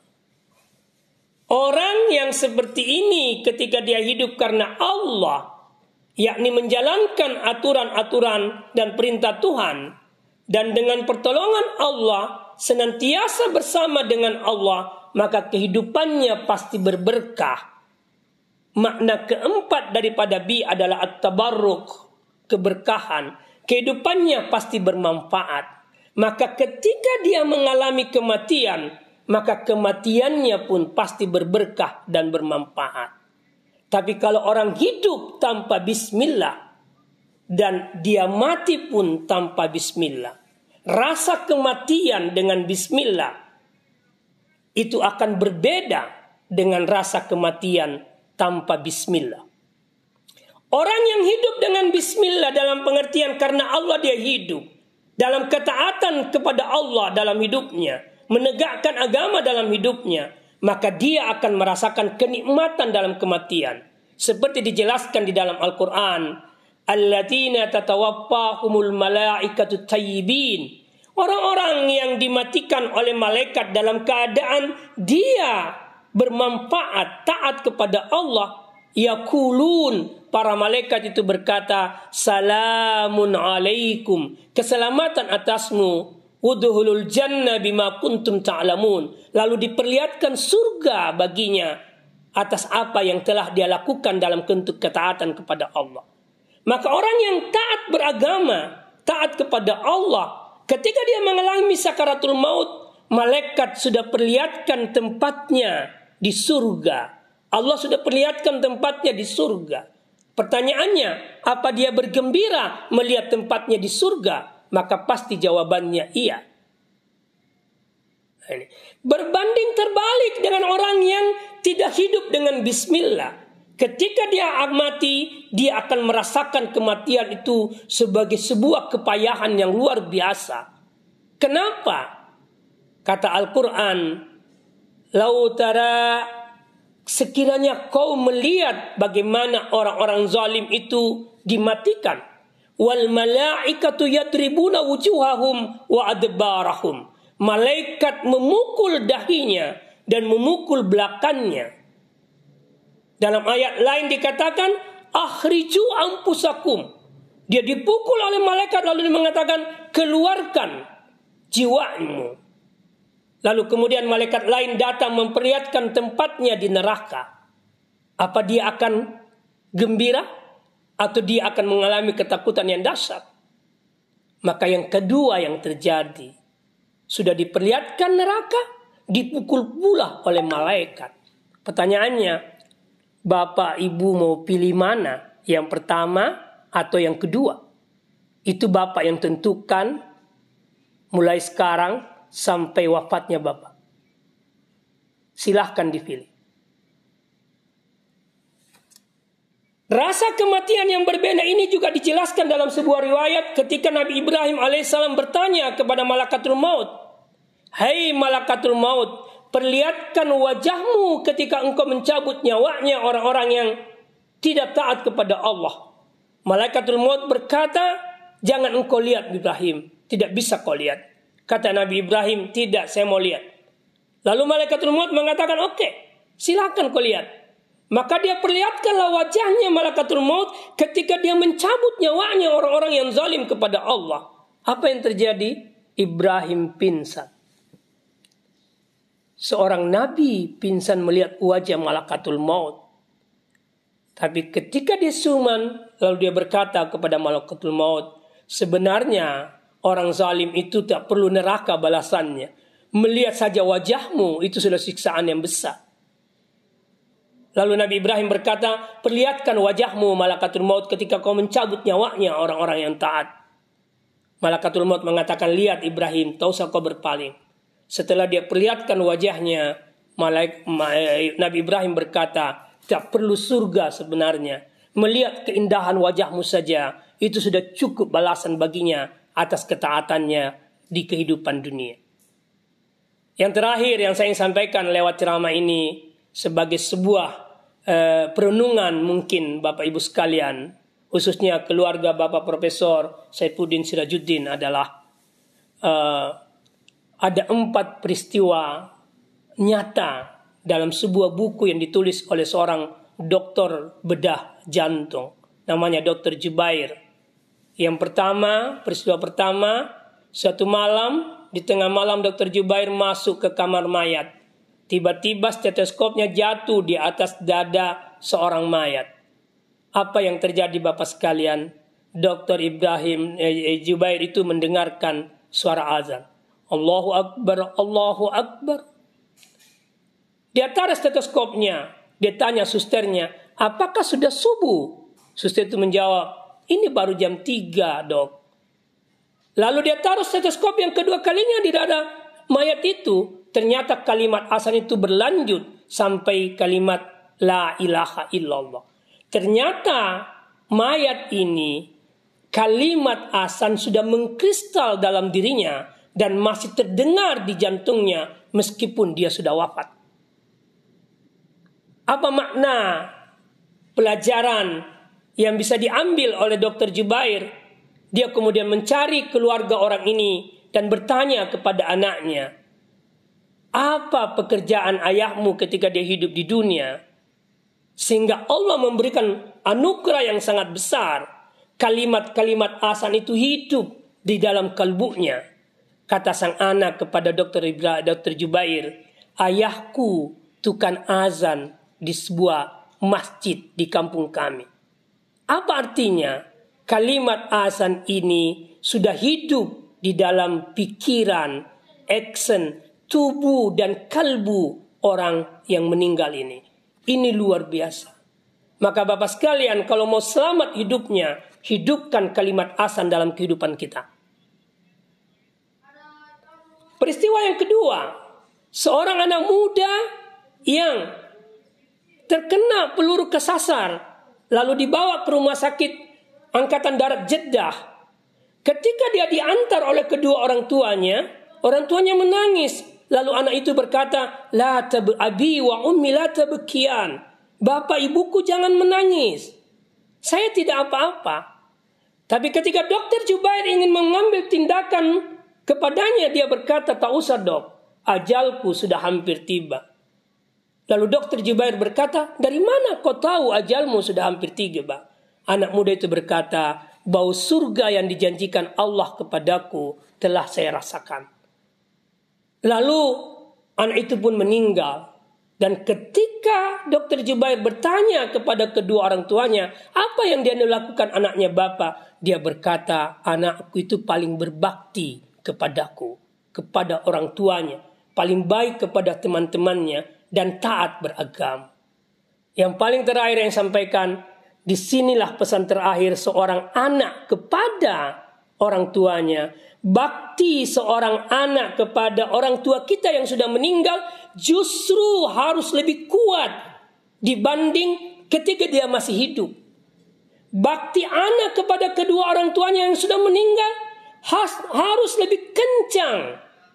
Orang yang seperti ini ketika dia hidup karena Allah, yakni menjalankan aturan-aturan dan perintah Tuhan, dan dengan pertolongan Allah senantiasa bersama dengan Allah, maka kehidupannya pasti berberkah. Makna keempat daripada bi adalah at-tabarruk, keberkahan. Kehidupannya pasti bermanfaat. Maka ketika dia mengalami kematian, maka kematiannya pun pasti berberkah dan bermanfaat. Tapi kalau orang hidup tanpa bismillah dan dia mati pun tanpa bismillah, rasa kematian dengan bismillah itu akan berbeda dengan rasa kematian tanpa bismillah. Orang yang hidup dengan bismillah dalam pengertian karena Allah dia hidup, dalam ketaatan kepada Allah dalam hidupnya, menegakkan agama dalam hidupnya, maka dia akan merasakan kenikmatan dalam kematian. Seperti dijelaskan di dalam Al-Quran, alladzina tatawaffahumul malaikatu tayyibin. Orang-orang yang dimatikan oleh malaikat dalam keadaan dia bermanfaat, taat kepada Allah. Yaqulun, para malaikat itu berkata, salamun alaikum, keselamatan atasmu, udhulul jannah bima kuntum ta'lamun. Lalu diperlihatkan surga baginya atas apa yang telah dia lakukan dalam bentuk ketaatan kepada Allah. Maka orang yang taat beragama, taat kepada Allah, ketika dia mengalami sakaratul maut, malaikat sudah perlihatkan tempatnya di surga. Allah sudah perlihatkan tempatnya di surga. Pertanyaannya, apa dia bergembira melihat tempatnya di surga? Maka pasti jawabannya iya. Berbanding terbalik dengan orang yang tidak hidup dengan bismillah. Ketika dia mati, dia akan merasakan kematian itu sebagai sebuah kepayahan yang luar biasa. Kenapa? Kata Al-Quran, lau tara, sekiranya kau melihat bagaimana orang-orang zalim itu dimatikan, wal malaikatu yadribuna wujuhahum wa adbarahum, malaikat memukul dahinya dan memukul belakangnya. Dalam ayat lain dikatakan akhriju anfusakum, dia dipukul oleh malaikat lalu dia mengatakan keluarkan jiwamu. Lalu kemudian malaikat lain datang memperlihatkan tempatnya di neraka. Apa dia akan gembira atau dia akan mengalami ketakutan yang dahsyat? Maka yang kedua yang terjadi, sudah diperlihatkan neraka, dipukul pula oleh malaikat. Pertanyaannya, Bapak Ibu mau pilih mana? Yang pertama atau yang kedua? Itu Bapak yang tentukan mulai sekarang sampai wafatnya Bapak. Silahkan dipilih. Rasa kematian yang berbeda ini juga dijelaskan dalam sebuah riwayat ketika Nabi Ibrahim alaihissalam bertanya kepada malakatul maut, hai malakatul maut, perlihatkan wajahmu ketika engkau mencabut nyawanya orang-orang yang tidak taat kepada Allah. Malakatul maut berkata, jangan engkau lihat Ibrahim, tidak bisa kau lihat. Kata Nabi Ibrahim, tidak, saya mau lihat. Lalu malakatul maut mengatakan, oke, silakan kau lihat. Maka dia perlihatkanlah wajahnya malakatul maut ketika dia mencabut nyawanya orang-orang yang zalim kepada Allah. Apa yang terjadi? Ibrahim pingsan. Seorang nabi pingsan melihat wajah malakatul maut. Tapi ketika dia suman, lalu dia berkata kepada malakatul maut, sebenarnya orang zalim itu tak perlu neraka balasannya. Melihat saja wajahmu itu sudah siksaan yang besar. Lalu Nabi Ibrahim berkata, perlihatkan wajahmu malakatul maut ketika kau mencabut nyawanya orang-orang yang taat. Malakatul maut mengatakan, lihat Ibrahim, tak usah kau berpaling. Setelah dia perlihatkan wajahnya, Nabi Ibrahim berkata, tak perlu surga sebenarnya. Melihat keindahan wajahmu saja, itu sudah cukup balasan baginya atas ketaatannya di kehidupan dunia. Yang terakhir yang saya ingin sampaikan lewat ceramah ini sebagai sebuah perenungan mungkin Bapak Ibu sekalian, khususnya keluarga Bapak Profesor Saifuddin Sirajuddin adalah ada 4 peristiwa nyata dalam sebuah buku yang ditulis oleh seorang dokter bedah jantung namanya Dr. Jubair. Yang pertama, peristiwa pertama, suatu malam, di tengah malam Dr. Jubair masuk ke kamar mayat. Tiba-tiba stetoskopnya jatuh di atas dada seorang mayat. Apa yang terjadi Bapak sekalian? Dr. Ibrahim Jubair itu mendengarkan suara azan. Allahu Akbar, Allahu Akbar. Dia taruh stetoskopnya. Dia tanya susternya, apakah sudah subuh? Suster itu menjawab, ini baru jam 3, dok. Lalu dia taruh stetoskop yang kedua kalinya di dada mayat itu. Ternyata kalimat azan itu berlanjut sampai kalimat la ilaha illallah. Ternyata mayat ini, kalimat azan sudah mengkristal dalam dirinya dan masih terdengar di jantungnya meskipun dia sudah wafat. Apa makna pelajaran yang bisa diambil oleh Dr. Jubair? Dia kemudian mencari keluarga orang ini dan bertanya kepada anaknya, apa pekerjaan ayahmu ketika dia hidup di dunia? Sehingga Allah memberikan anugerah yang sangat besar. Kalimat-kalimat azan itu hidup di dalam kalbunya. Kata sang anak kepada Dr. Jubair, ayahku tukang azan di sebuah masjid di kampung kami. Apa artinya? Kalimat azan ini sudah hidup di dalam pikiran, action, tubuh dan kalbu orang yang meninggal ini. Ini luar biasa. Maka Bapak sekalian, kalau mau selamat hidupnya, hidupkan kalimat azan dalam kehidupan kita. Peristiwa yang kedua, seorang anak muda yang terkena peluru kesasar, lalu dibawa ke rumah sakit Angkatan Darat Jeddah. Ketika dia diantar oleh kedua orang tuanya menangis. Lalu anak itu berkata, la abi wa ummi la tabkiyan. Bapak ibuku jangan menangis. Saya tidak apa-apa. Tapi ketika Dr. Jubair ingin mengambil tindakan kepadanya, dia berkata, tak usah dok, ajalku sudah hampir tiba. Lalu Dr. Jubair berkata, dari mana kau tahu ajalmu sudah hampir tiba? Anak muda itu berkata, bau surga yang dijanjikan Allah kepadaku telah saya rasakan. Lalu anak itu pun meninggal. Dan ketika Dr. Jubair bertanya kepada kedua orang tuanya, apa yang dia lakukan anaknya bapak? Dia berkata, anakku itu paling berbakti kepadaku, kepada orang tuanya, paling baik kepada teman-temannya, dan taat beragama. Yang paling terakhir yang sampaikan, disinilah pesan terakhir seorang anak kepada orang tuanya. Bakti seorang anak kepada orang tua kita yang sudah meninggal justru harus lebih kuat dibanding ketika dia masih hidup. Bakti anak kepada kedua orang tuanya yang sudah meninggal harus lebih kencang.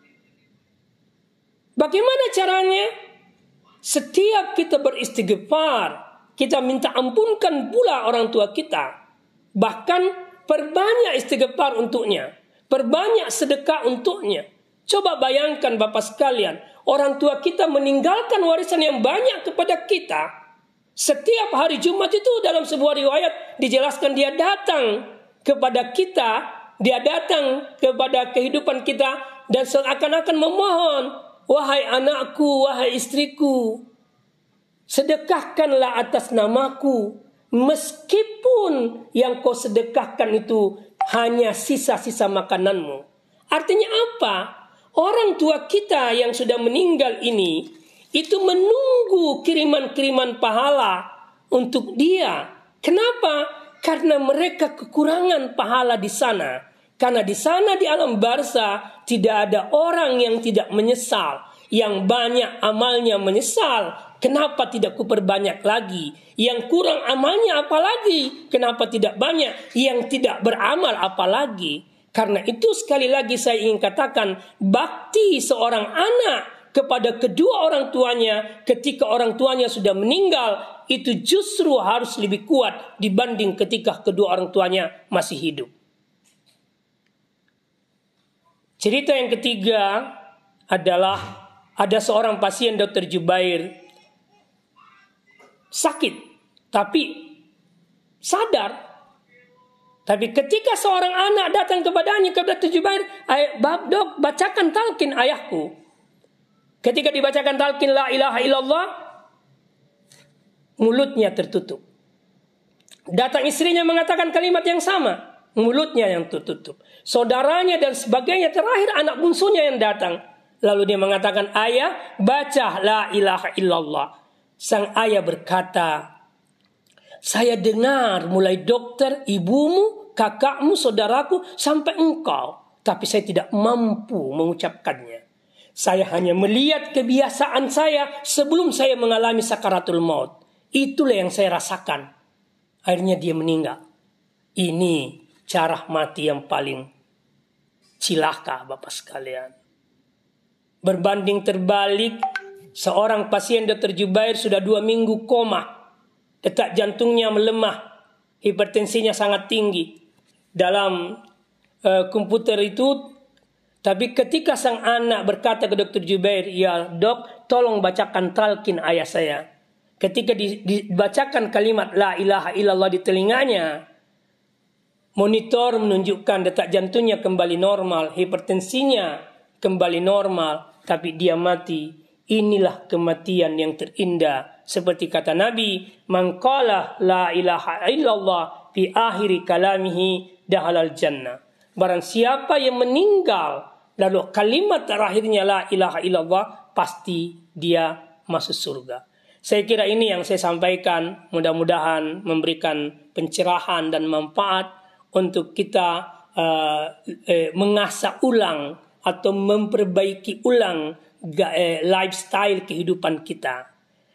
Bagaimana caranya? Setiap kita beristighfar, kita minta ampunkan pula orang tua kita. Bahkan perbanyak istighfar untuknya, perbanyak sedekah untuknya. Coba bayangkan Bapak sekalian, orang tua kita meninggalkan warisan yang banyak kepada kita. Setiap hari Jumat itu dalam sebuah riwayat dijelaskan dia datang kepada kita, dia datang kepada kehidupan kita dan seakan-akan memohon, wahai anakku, wahai istriku, sedekahkanlah atas namaku, meskipun yang kau sedekahkan itu hanya sisa-sisa makananmu. Artinya apa? Orang tua kita yang sudah meninggal ini itu menunggu kiriman-kiriman pahala untuk dia. Kenapa? Karena mereka kekurangan pahala di sana. Karena di sana di alam barzah tidak ada orang yang tidak menyesal. Yang banyak amalnya menyesal, kenapa tidak kuperbanyak lagi? Yang kurang amalnya apalagi? Kenapa tidak banyak? Yang tidak beramal apalagi? Karena itu sekali lagi saya ingin katakan, bakti seorang anak kepada kedua orang tuanya ketika orang tuanya sudah meninggal itu justru harus lebih kuat dibanding ketika kedua orang tuanya masih hidup. Cerita yang ketiga adalah ada seorang pasien Dr. Jubair sakit tapi sadar. Tapi ketika seorang anak datang kepadanya kepada Dr. Jubair, dok, bacakan talqin ayahku. Ketika dibacakan talqin la ilaha illallah, mulutnya tertutup. Datang istrinya mengatakan kalimat yang sama, mulutnya yang tertutup. Saudaranya dan sebagainya, terakhir anak bungsunya yang datang. Lalu dia mengatakan, ayah, baca la ilaha illallah. Sang ayah berkata, saya dengar mulai dokter, ibumu, kakakmu, saudaraku, sampai engkau. Tapi saya tidak mampu mengucapkannya. Saya hanya melihat kebiasaan saya sebelum saya mengalami sakaratul maut. Itulah yang saya rasakan. Akhirnya dia meninggal. Ini cara mati yang paling cilaka, Bapak sekalian. Berbanding terbalik, seorang pasien Dr. Jubair sudah 2 minggu koma. Detak jantungnya melemah. Hipertensinya sangat tinggi. Dalam komputer itu, tapi ketika sang anak berkata ke Dr. Jubair, ya dok, tolong bacakan talqin ayah saya. Ketika dibacakan kalimat la ilaha illallah di telinganya, monitor menunjukkan detak jantungnya kembali normal, hipertensinya kembali normal, tapi dia mati. Inilah kematian yang terindah. Seperti kata Nabi, man qala la ilaha illallah fi akhiri kalamihi dahalal jannah. Barang siapa yang meninggal lalu kalimat terakhirnya la ilaha illallah, pasti dia masuk surga. Saya kira ini yang saya sampaikan, mudah-mudahan memberikan pencerahan dan manfaat untuk kita mengasah ulang atau memperbaiki ulang lifestyle kehidupan kita.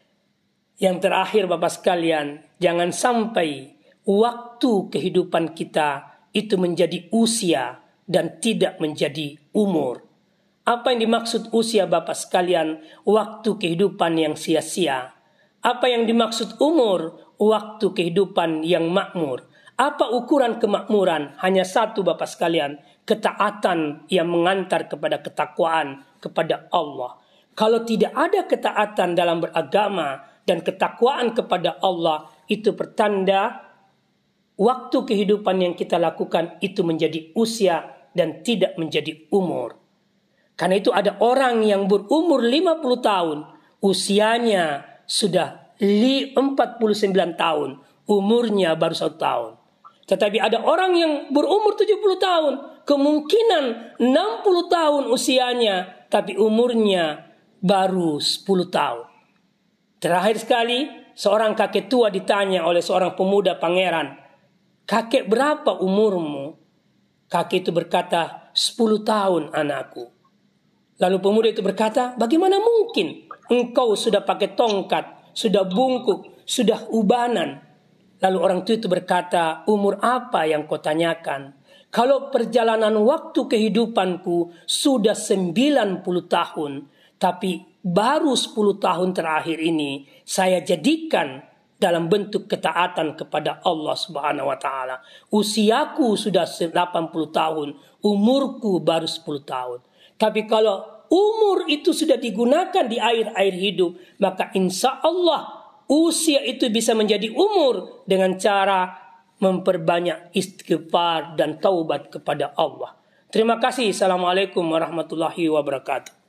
Yang terakhir Bapak sekalian, jangan sampai waktu kehidupan kita itu menjadi usia dan tidak menjadi umur. Apa yang dimaksud usia Bapak sekalian? Waktu kehidupan yang sia-sia. Apa yang dimaksud umur? Waktu kehidupan yang makmur. Apa ukuran kemakmuran? Hanya satu Bapak sekalian, ketaatan yang mengantar kepada ketakwaan kepada Allah. Kalau tidak ada ketaatan dalam beragama dan ketakwaan kepada Allah, itu pertanda waktu kehidupan yang kita lakukan itu menjadi usia dan tidak menjadi umur. Karena itu ada orang yang berumur 50 tahun, usianya sudah 49 tahun, umurnya baru 1 tahun. Tetapi ada orang yang berumur 70 tahun, kemungkinan 60 tahun usianya, tapi umurnya baru 10 tahun. Terakhir sekali, seorang kakek tua ditanya oleh seorang pemuda pangeran, kakek berapa umurmu? Kakek itu berkata, 10 tahun anakku. Lalu pemuda itu berkata, bagaimana mungkin engkau sudah pakai tongkat, sudah bungkuk, sudah ubanan? Lalu orang tua itu berkata, umur apa yang kau tanyakan? Kalau perjalanan waktu kehidupanku sudah 90 tahun, tapi baru 10 tahun terakhir ini saya jadikan dalam bentuk ketaatan kepada Allah Subhanahu wa taala. Usiaku sudah 80 tahun, umurku baru 10 tahun. Tapi kalau umur itu sudah digunakan di akhir-akhir hidup, maka insya Allah usia itu bisa menjadi umur dengan cara memperbanyak istighfar dan taubat kepada Allah. Terima kasih. Assalamualaikum warahmatullahi wabarakatuh.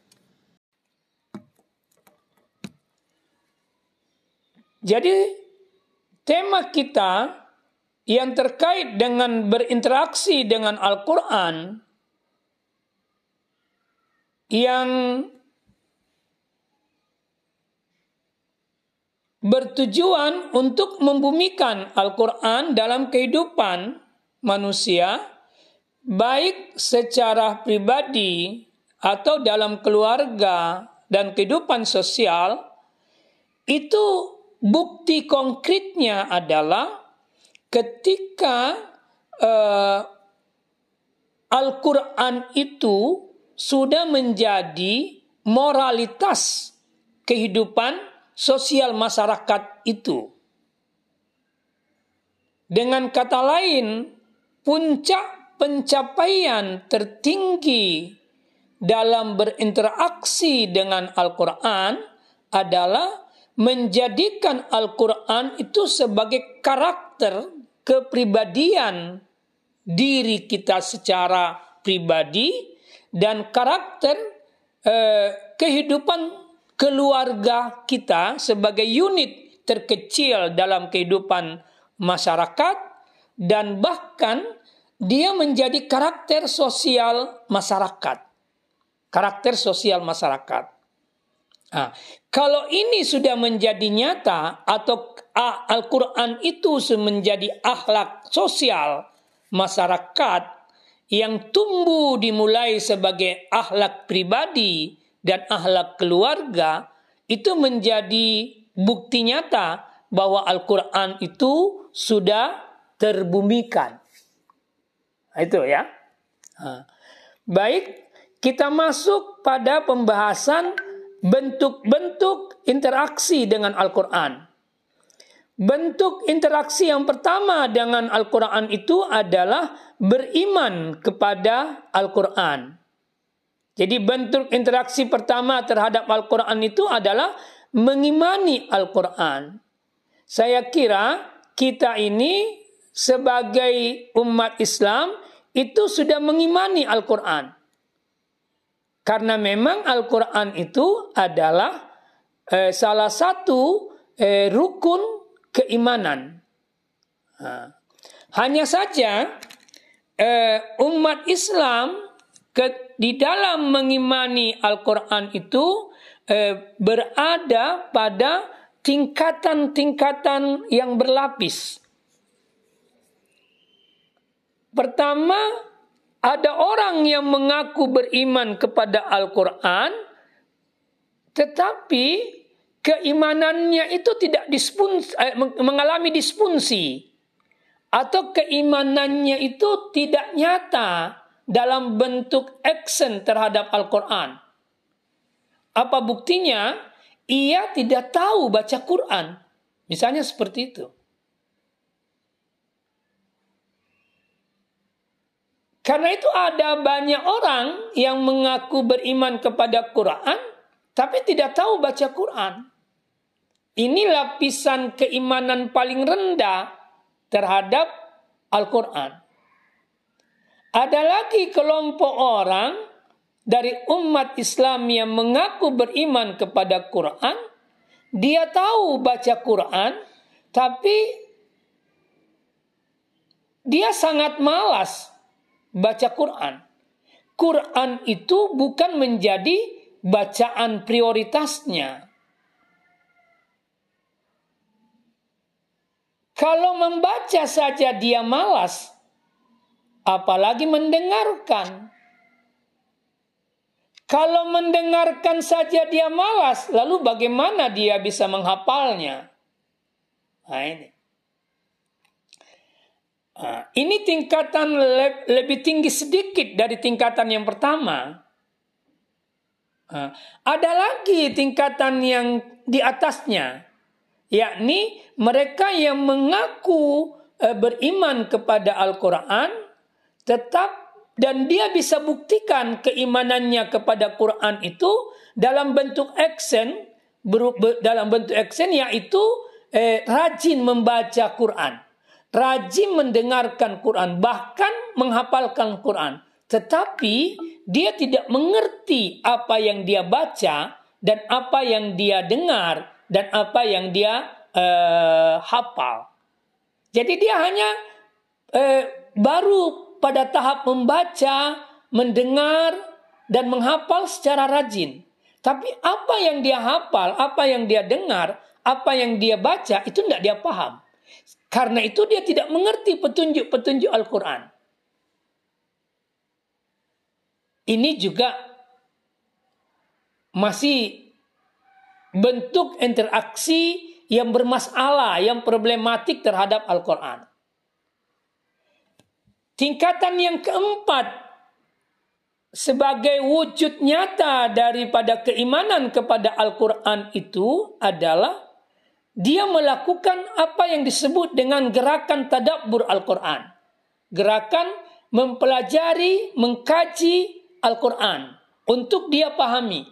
Jadi tema kita yang terkait dengan berinteraksi dengan Al-Quran yang bertujuan untuk membumikan Al-Quran dalam kehidupan manusia, baik secara pribadi atau dalam keluarga dan kehidupan sosial. Itu bukti konkretnya adalah ketika Al-Quran itu sudah menjadi moralitas kehidupan sosial masyarakat itu. Dengan kata lain, puncak pencapaian tertinggi dalam berinteraksi dengan Al-Quran adalah menjadikan Al-Quran itu sebagai karakter kepribadian diri kita secara pribadi dan karakter kehidupan keluarga kita sebagai unit terkecil dalam kehidupan masyarakat, dan bahkan dia menjadi karakter sosial masyarakat. karakter sosial masyarakat. Nah, kalau ini sudah menjadi nyata atau Al-Quran itu menjadi akhlak sosial masyarakat yang tumbuh dimulai sebagai akhlak pribadi dan akhlak keluarga, itu menjadi bukti nyata bahwa Al-Quran itu sudah terbumikan. Itu ya. Nah, baik, kita masuk pada pembahasan bentuk-bentuk interaksi dengan Al-Quran. Bentuk interaksi yang pertama dengan Al-Quran itu adalah beriman kepada Al-Quran. Jadi bentuk interaksi pertama terhadap Al-Quran itu adalah mengimani Al-Quran. Saya kira kita ini sebagai umat Islam itu sudah mengimani Al-Quran. Karena memang Al-Quran itu adalah salah satu rukun keimanan. Hanya saja umat Islam di dalam mengimani Al-Quran itu berada pada tingkatan-tingkatan yang berlapis. Pertama, ada orang yang mengaku beriman kepada Al-Quran, tetapi keimanannya itu tidak mengalami disfungsi, atau keimanannya itu tidak nyata dalam bentuk action terhadap Al-Quran. Apa buktinya? Ia tidak tahu baca Quran. Misalnya seperti itu. Karena itu ada banyak orang yang mengaku beriman kepada Quran, tapi tidak tahu baca Quran. Ini lapisan keimanan paling rendah terhadap Al-Quran. Ada lagi kelompok orang dari umat Islam yang mengaku beriman kepada Quran. Dia tahu baca Quran, tapi dia sangat malas baca Quran. Quran itu bukan menjadi bacaan prioritasnya. Kalau membaca saja dia malas, apalagi mendengarkan. Kalau mendengarkan saja dia malas, lalu bagaimana dia bisa menghafalnya? Nah, ini. Ini tingkatan lebih tinggi sedikit dari tingkatan yang pertama. Ada lagi tingkatan yang di atasnya, yakni mereka yang mengaku beriman kepada Al-Quran, dan dia bisa buktikan keimanannya kepada Quran itu dalam bentuk action, yaitu rajin membaca Quran, rajin mendengarkan Quran, bahkan menghafalkan Quran. Tetapi dia tidak mengerti apa yang dia baca dan apa yang dia dengar dan apa yang dia hafal. Jadi dia hanya baru pada tahap membaca, mendengar, dan menghafal secara rajin. Tapi apa yang dia hafal, apa yang dia dengar, apa yang dia baca, itu tidak dia paham. Karena itu dia tidak mengerti petunjuk-petunjuk Al-Quran. Ini juga masih bentuk interaksi yang bermasalah, yang problematik terhadap Al-Quran. Tingkatan yang keempat, sebagai wujud nyata daripada keimanan kepada Al-Quran itu adalah dia melakukan apa yang disebut dengan gerakan tadabbur Al-Quran. Gerakan mempelajari, mengkaji Al-Quran untuk dia pahami.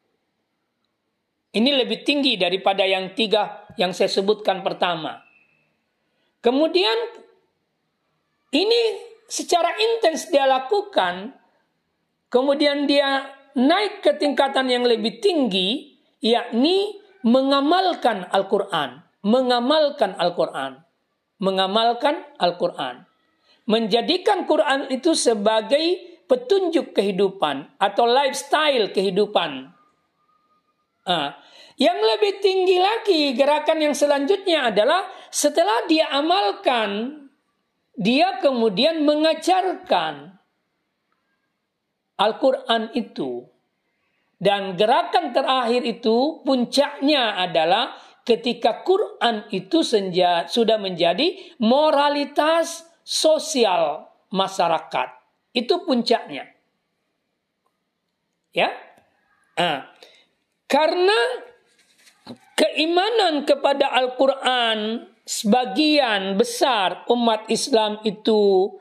Ini lebih tinggi daripada yang tiga yang saya sebutkan pertama. Kemudian ini secara intens dia lakukan, kemudian dia naik ke tingkatan yang lebih tinggi, yakni mengamalkan Al-Quran. Mengamalkan Al-Quran. Mengamalkan Al-Quran. Menjadikan Quran itu sebagai petunjuk kehidupan atau lifestyle kehidupan. Yang lebih tinggi lagi, gerakan yang selanjutnya adalah setelah dia amalkan, dia kemudian mengajarkan Al-Quran itu. Dan gerakan terakhir itu puncaknya adalah ketika Quran itu sudah menjadi moralitas sosial masyarakat. Itu puncaknya. Ya. Karena keimanan kepada Al-Quran sebagian besar umat Islam itu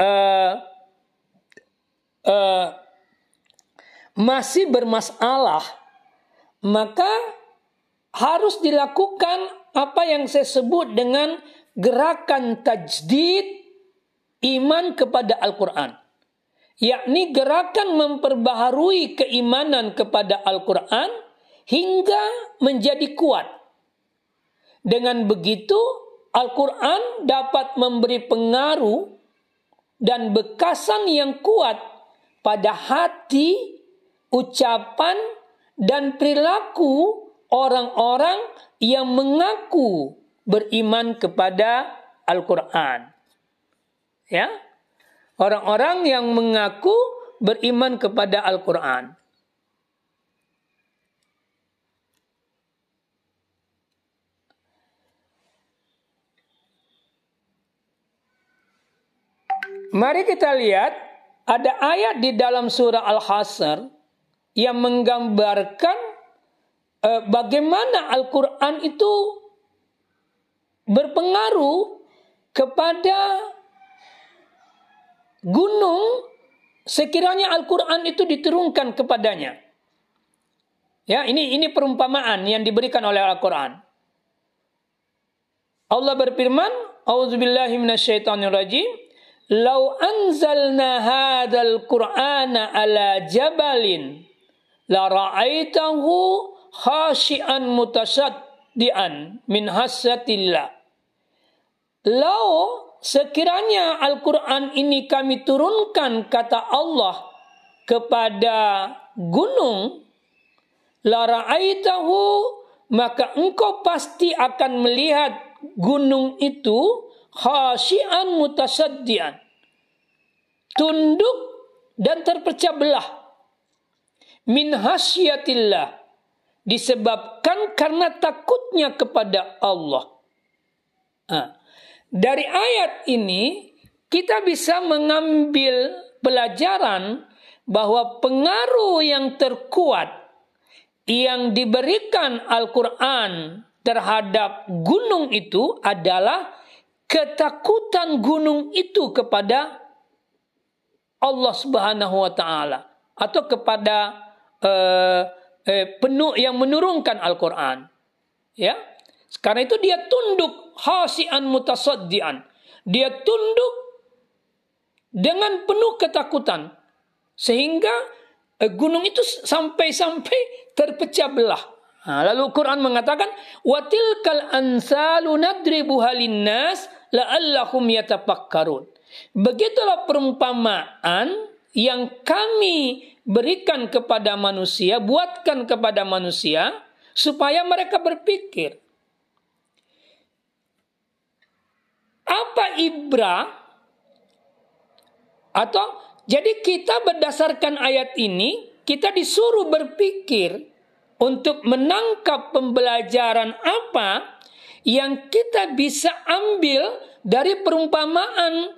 masih bermasalah, maka harus dilakukan apa yang saya sebut dengan gerakan tajdid iman kepada Al-Quran. Yakni gerakan memperbaharui keimanan kepada Al-Quran hingga menjadi kuat. Dengan begitu, Al-Quran dapat memberi pengaruh dan bekasan yang kuat pada hati, ucapan, dan perilaku orang-orang yang mengaku beriman kepada Al-Quran. Ya, orang-orang yang mengaku beriman kepada Al-Quran. Mari kita lihat, ada ayat di dalam surah Al-Hasr yang menggambarkan bagaimana Al-Quran itu berpengaruh kepada gunung sekiranya Al-Quran itu diturunkan kepadanya. Ya, ini perumpamaan yang diberikan oleh Al-Quran. Allah berfirman, A'udzubillahi minasyaitonirrajim, "Lau anzalna hadzal Qur'ana ala jabalin la ra'aitahu khashi'an mutasaddian min hasyatillah." Lau sekiranya Al-Quran ini kami turunkan, kata Allah, kepada gunung, la ra'aitahu, maka engkau pasti akan melihat gunung itu khasyi'an mutasaddian, tunduk dan terpecah belah, min hasyatillah, disebabkan karena takutnya kepada Allah. Dari ayat ini kita bisa mengambil pelajaran bahwa pengaruh yang terkuat yang diberikan Al-Quran terhadap gunung itu adalah ketakutan gunung itu kepada Allah Subhanahu wa Ta'ala, atau kepada yang menurunkan Al-Quran. Ya, karena itu dia tunduk khasyi'an mutasaddian. Dia tunduk dengan penuh ketakutan, sehingga gunung itu sampai terpecah belah. Lalu Quran mengatakan, wa tilkal ansalu nadribuha linnas la'allahum yatafakkarun. Begitulah perumpamaan yang kami berikan kepada manusia, buatkan kepada manusia supaya mereka berpikir. Apa ibrah? Jadi kita berdasarkan ayat ini, kita disuruh berpikir untuk menangkap pembelajaran apa yang kita bisa ambil dari perumpamaan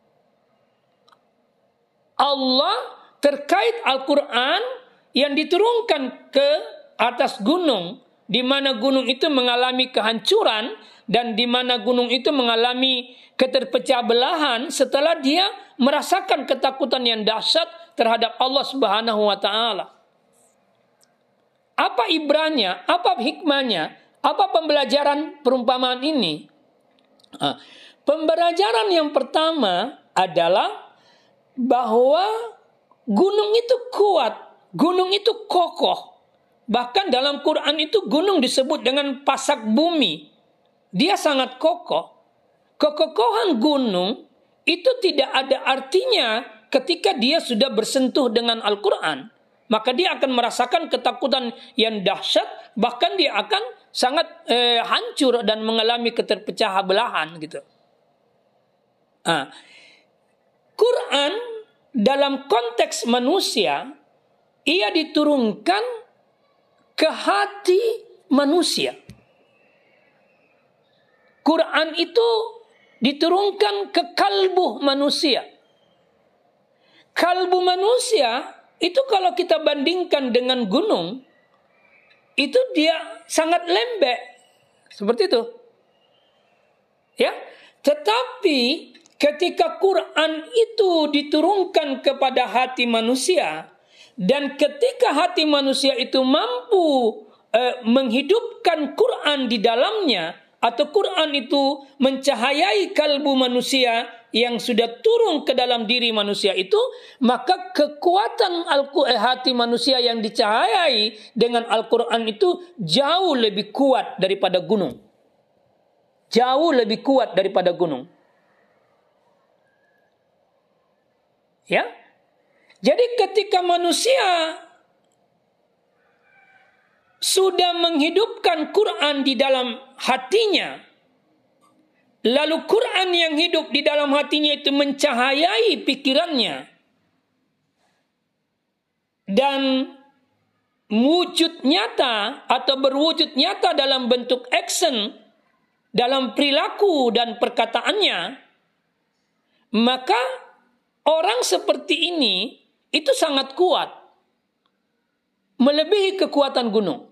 Allah terkait Al-Quran yang diturunkan ke atas gunung, di mana gunung itu mengalami kehancuran dan di mana gunung itu mengalami keterpecah belahan setelah dia merasakan ketakutan yang dahsyat terhadap Allah Subhanahu wa Ta'ala. Apa ibrahnya? Apa hikmahnya? Apa pembelajaran perumpamaan ini? Pembelajaran yang pertama adalah bahwa gunung itu kuat, gunung itu kokoh. Bahkan dalam Quran itu gunung disebut dengan pasak bumi. Dia sangat kokoh. Kekokohan gunung itu tidak ada artinya ketika dia sudah bersentuh dengan Al-Quran, maka dia akan merasakan ketakutan yang dahsyat, bahkan dia akan sangat hancur dan mengalami keterpecah belahan gitu. Quran dalam konteks manusia, ia diturunkan ke hati manusia. Quran itu diturunkan ke kalbu manusia. Kalbu manusia itu kalau kita bandingkan dengan gunung, itu dia sangat lembek. Seperti itu. Ya. Tetapi ketika Quran itu diturunkan kepada hati manusia, dan ketika hati manusia itu mampu menghidupkan Quran di dalamnya, atau Quran itu mencahayai kalbu manusia yang sudah turun ke dalam diri manusia itu, maka kekuatan hati manusia yang dicahayai dengan Al-Quran itu jauh lebih kuat daripada gunung. Jauh lebih kuat daripada gunung. Ya. Jadi ketika manusia sudah menghidupkan Quran di dalam hatinya, lalu Quran yang hidup di dalam hatinya itu mencahayai pikirannya, dan wujud nyata atau berwujud nyata dalam bentuk action, dalam perilaku dan perkataannya, maka orang seperti ini itu sangat kuat, melebihi kekuatan gunung.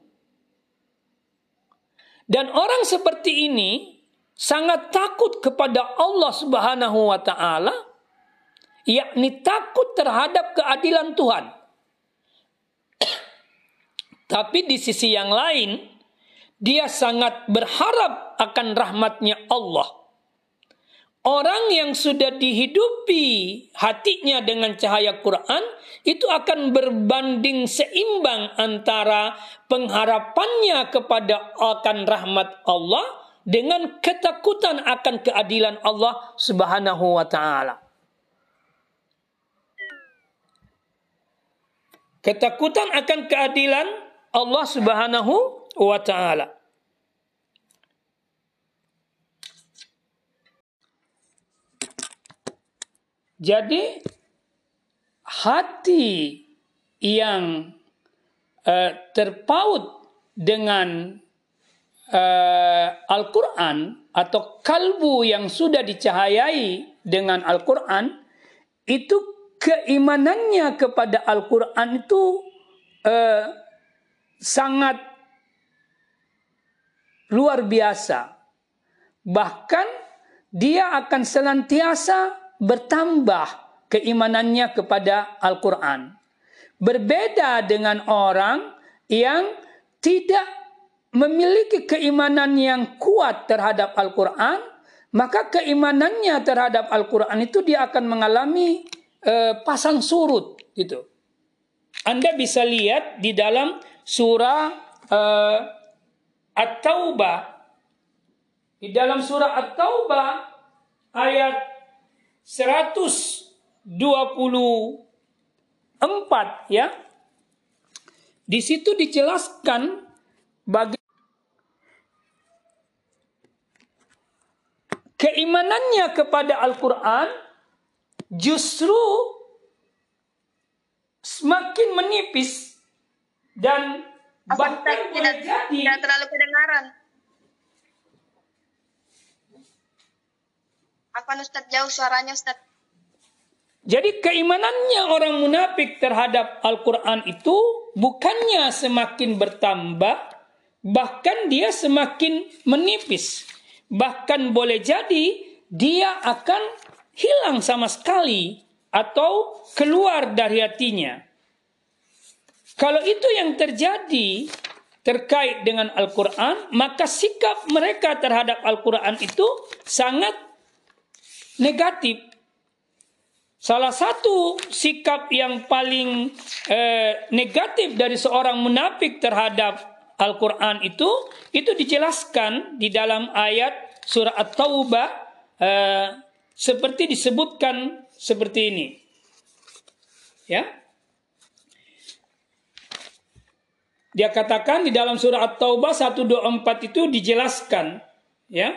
Dan orang seperti ini sangat takut kepada Allah Subhanahu wa taala, yakni takut terhadap keadilan Tuhan. Tapi di sisi yang lain, dia sangat berharap akan rahmatnya Allah. Orang yang sudah dihidupi hatinya dengan cahaya Quran, itu akan berbanding seimbang antara pengharapannya kepada akan rahmat Allah dengan ketakutan akan keadilan Allah Subhanahu wa taala. Ketakutan akan keadilan Allah Subhanahu wa taala. Jadi hati yang terpaut dengan Al-Quran, atau kalbu yang sudah dicahayai dengan Al-Quran, itu keimanannya kepada Al-Quran itu sangat luar biasa. Bahkan dia akan senantiasa bertambah keimanannya kepada Al-Quran. Berbeda dengan orang yang tidak memiliki keimanan yang kuat terhadap Al-Quran, maka keimanannya terhadap Al-Quran itu dia akan mengalami pasang surut gitu. Anda bisa lihat di dalam surah At-Taubah. Di dalam surah At-Taubah ayat 124 ya. Di situ dijelaskan bagi keimanannya kepada Al-Quran justru semakin menipis, dan bahkan boleh jadi tidak terlalu kedengaran. Apa Ustaz jauh suaranya Ustaz? Jadi keimanannya orang munafik terhadap Al-Quran itu bukannya semakin bertambah, bahkan dia semakin menipis. Bahkan boleh jadi dia akan hilang sama sekali atau keluar dari hatinya. Kalau itu yang terjadi terkait dengan Al-Quran, maka sikap mereka terhadap Al-Quran itu sangat negatif. Salah satu sikap yang paling negatif dari seorang munafik terhadap Al-Quran itu dijelaskan di dalam ayat surah At-Taubah, seperti disebutkan seperti ini. Ya. Dia katakan di dalam surah At-Taubah 124 itu dijelaskan, ya.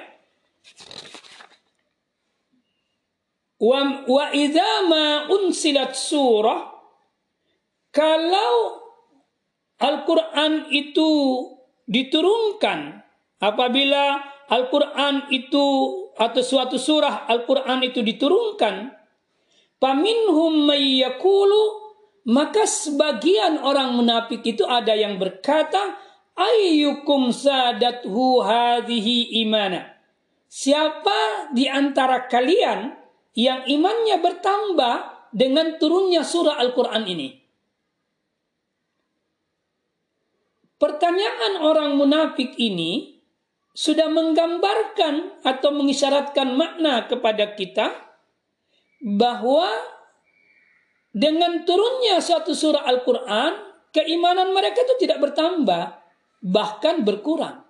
Wa idza ma unsilat surah, kalau Al-Quran itu diturunkan, apabila Al-Quran itu atau suatu surah Al-Quran itu diturunkan, faminhum may yaqulu, maka sebagian orang munafik itu ada yang berkata, ayyukum sadathu hadhihi imana, siapa di antara kalian yang imannya bertambah dengan turunnya surah Al-Quran ini? Pertanyaan orang munafik ini sudah menggambarkan atau mengisyaratkan makna kepada kita bahwa dengan turunnya suatu surah Al-Quran, keimanan mereka itu tidak bertambah, bahkan berkurang.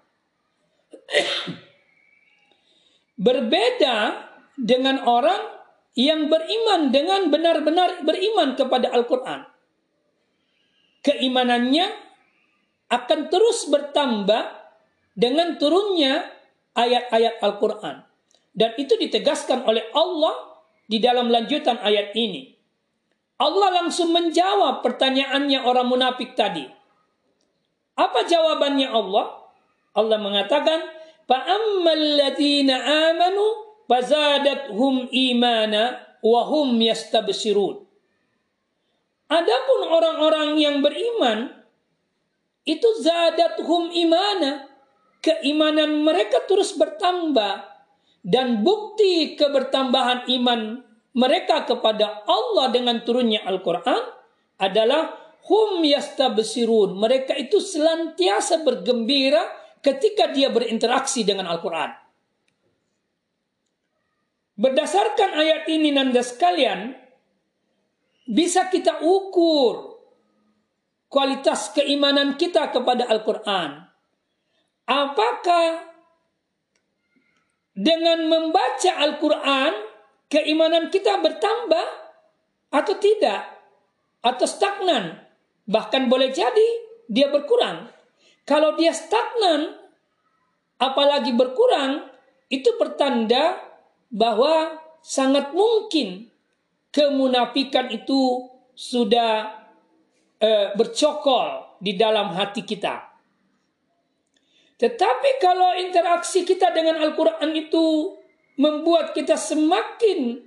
Berbeda dengan orang yang beriman dengan benar-benar beriman kepada Al-Quran. Keimanannya akan terus bertambah dengan turunnya ayat-ayat Al-Quran. Dan itu ditegaskan oleh Allah di dalam lanjutan ayat ini. Allah langsung menjawab pertanyaannya orang munafik tadi. Apa jawabannya Allah? Allah mengatakan, فَأَمَّا الَّذِينَ آمَنُوا فَزَادَتْهُمْ إِيمَانًا وَهُمْ يَسْتَبْشِرُونَ. Adapun orang-orang yang beriman, itu zadathum imana, keimanan mereka terus bertambah, dan bukti kebertambahan iman mereka kepada Allah dengan turunnya Al-Quran adalah hum yastabsirun, mereka itu senantiasa bergembira ketika dia berinteraksi dengan Al-Quran. Berdasarkan ayat ini, nanda sekalian, bisa kita ukur kualitas keimanan kita kepada Al-Quran. Apakah dengan membaca Al-Quran keimanan kita bertambah atau tidak? Atau stagnan? Bahkan boleh jadi dia berkurang. Kalau dia stagnan, apalagi berkurang, itu pertanda bahwa sangat mungkin kemunafikan itu sudah bercokol di dalam hati kita. Tetapi kalau interaksi kita dengan Al-Quran itu membuat kita semakin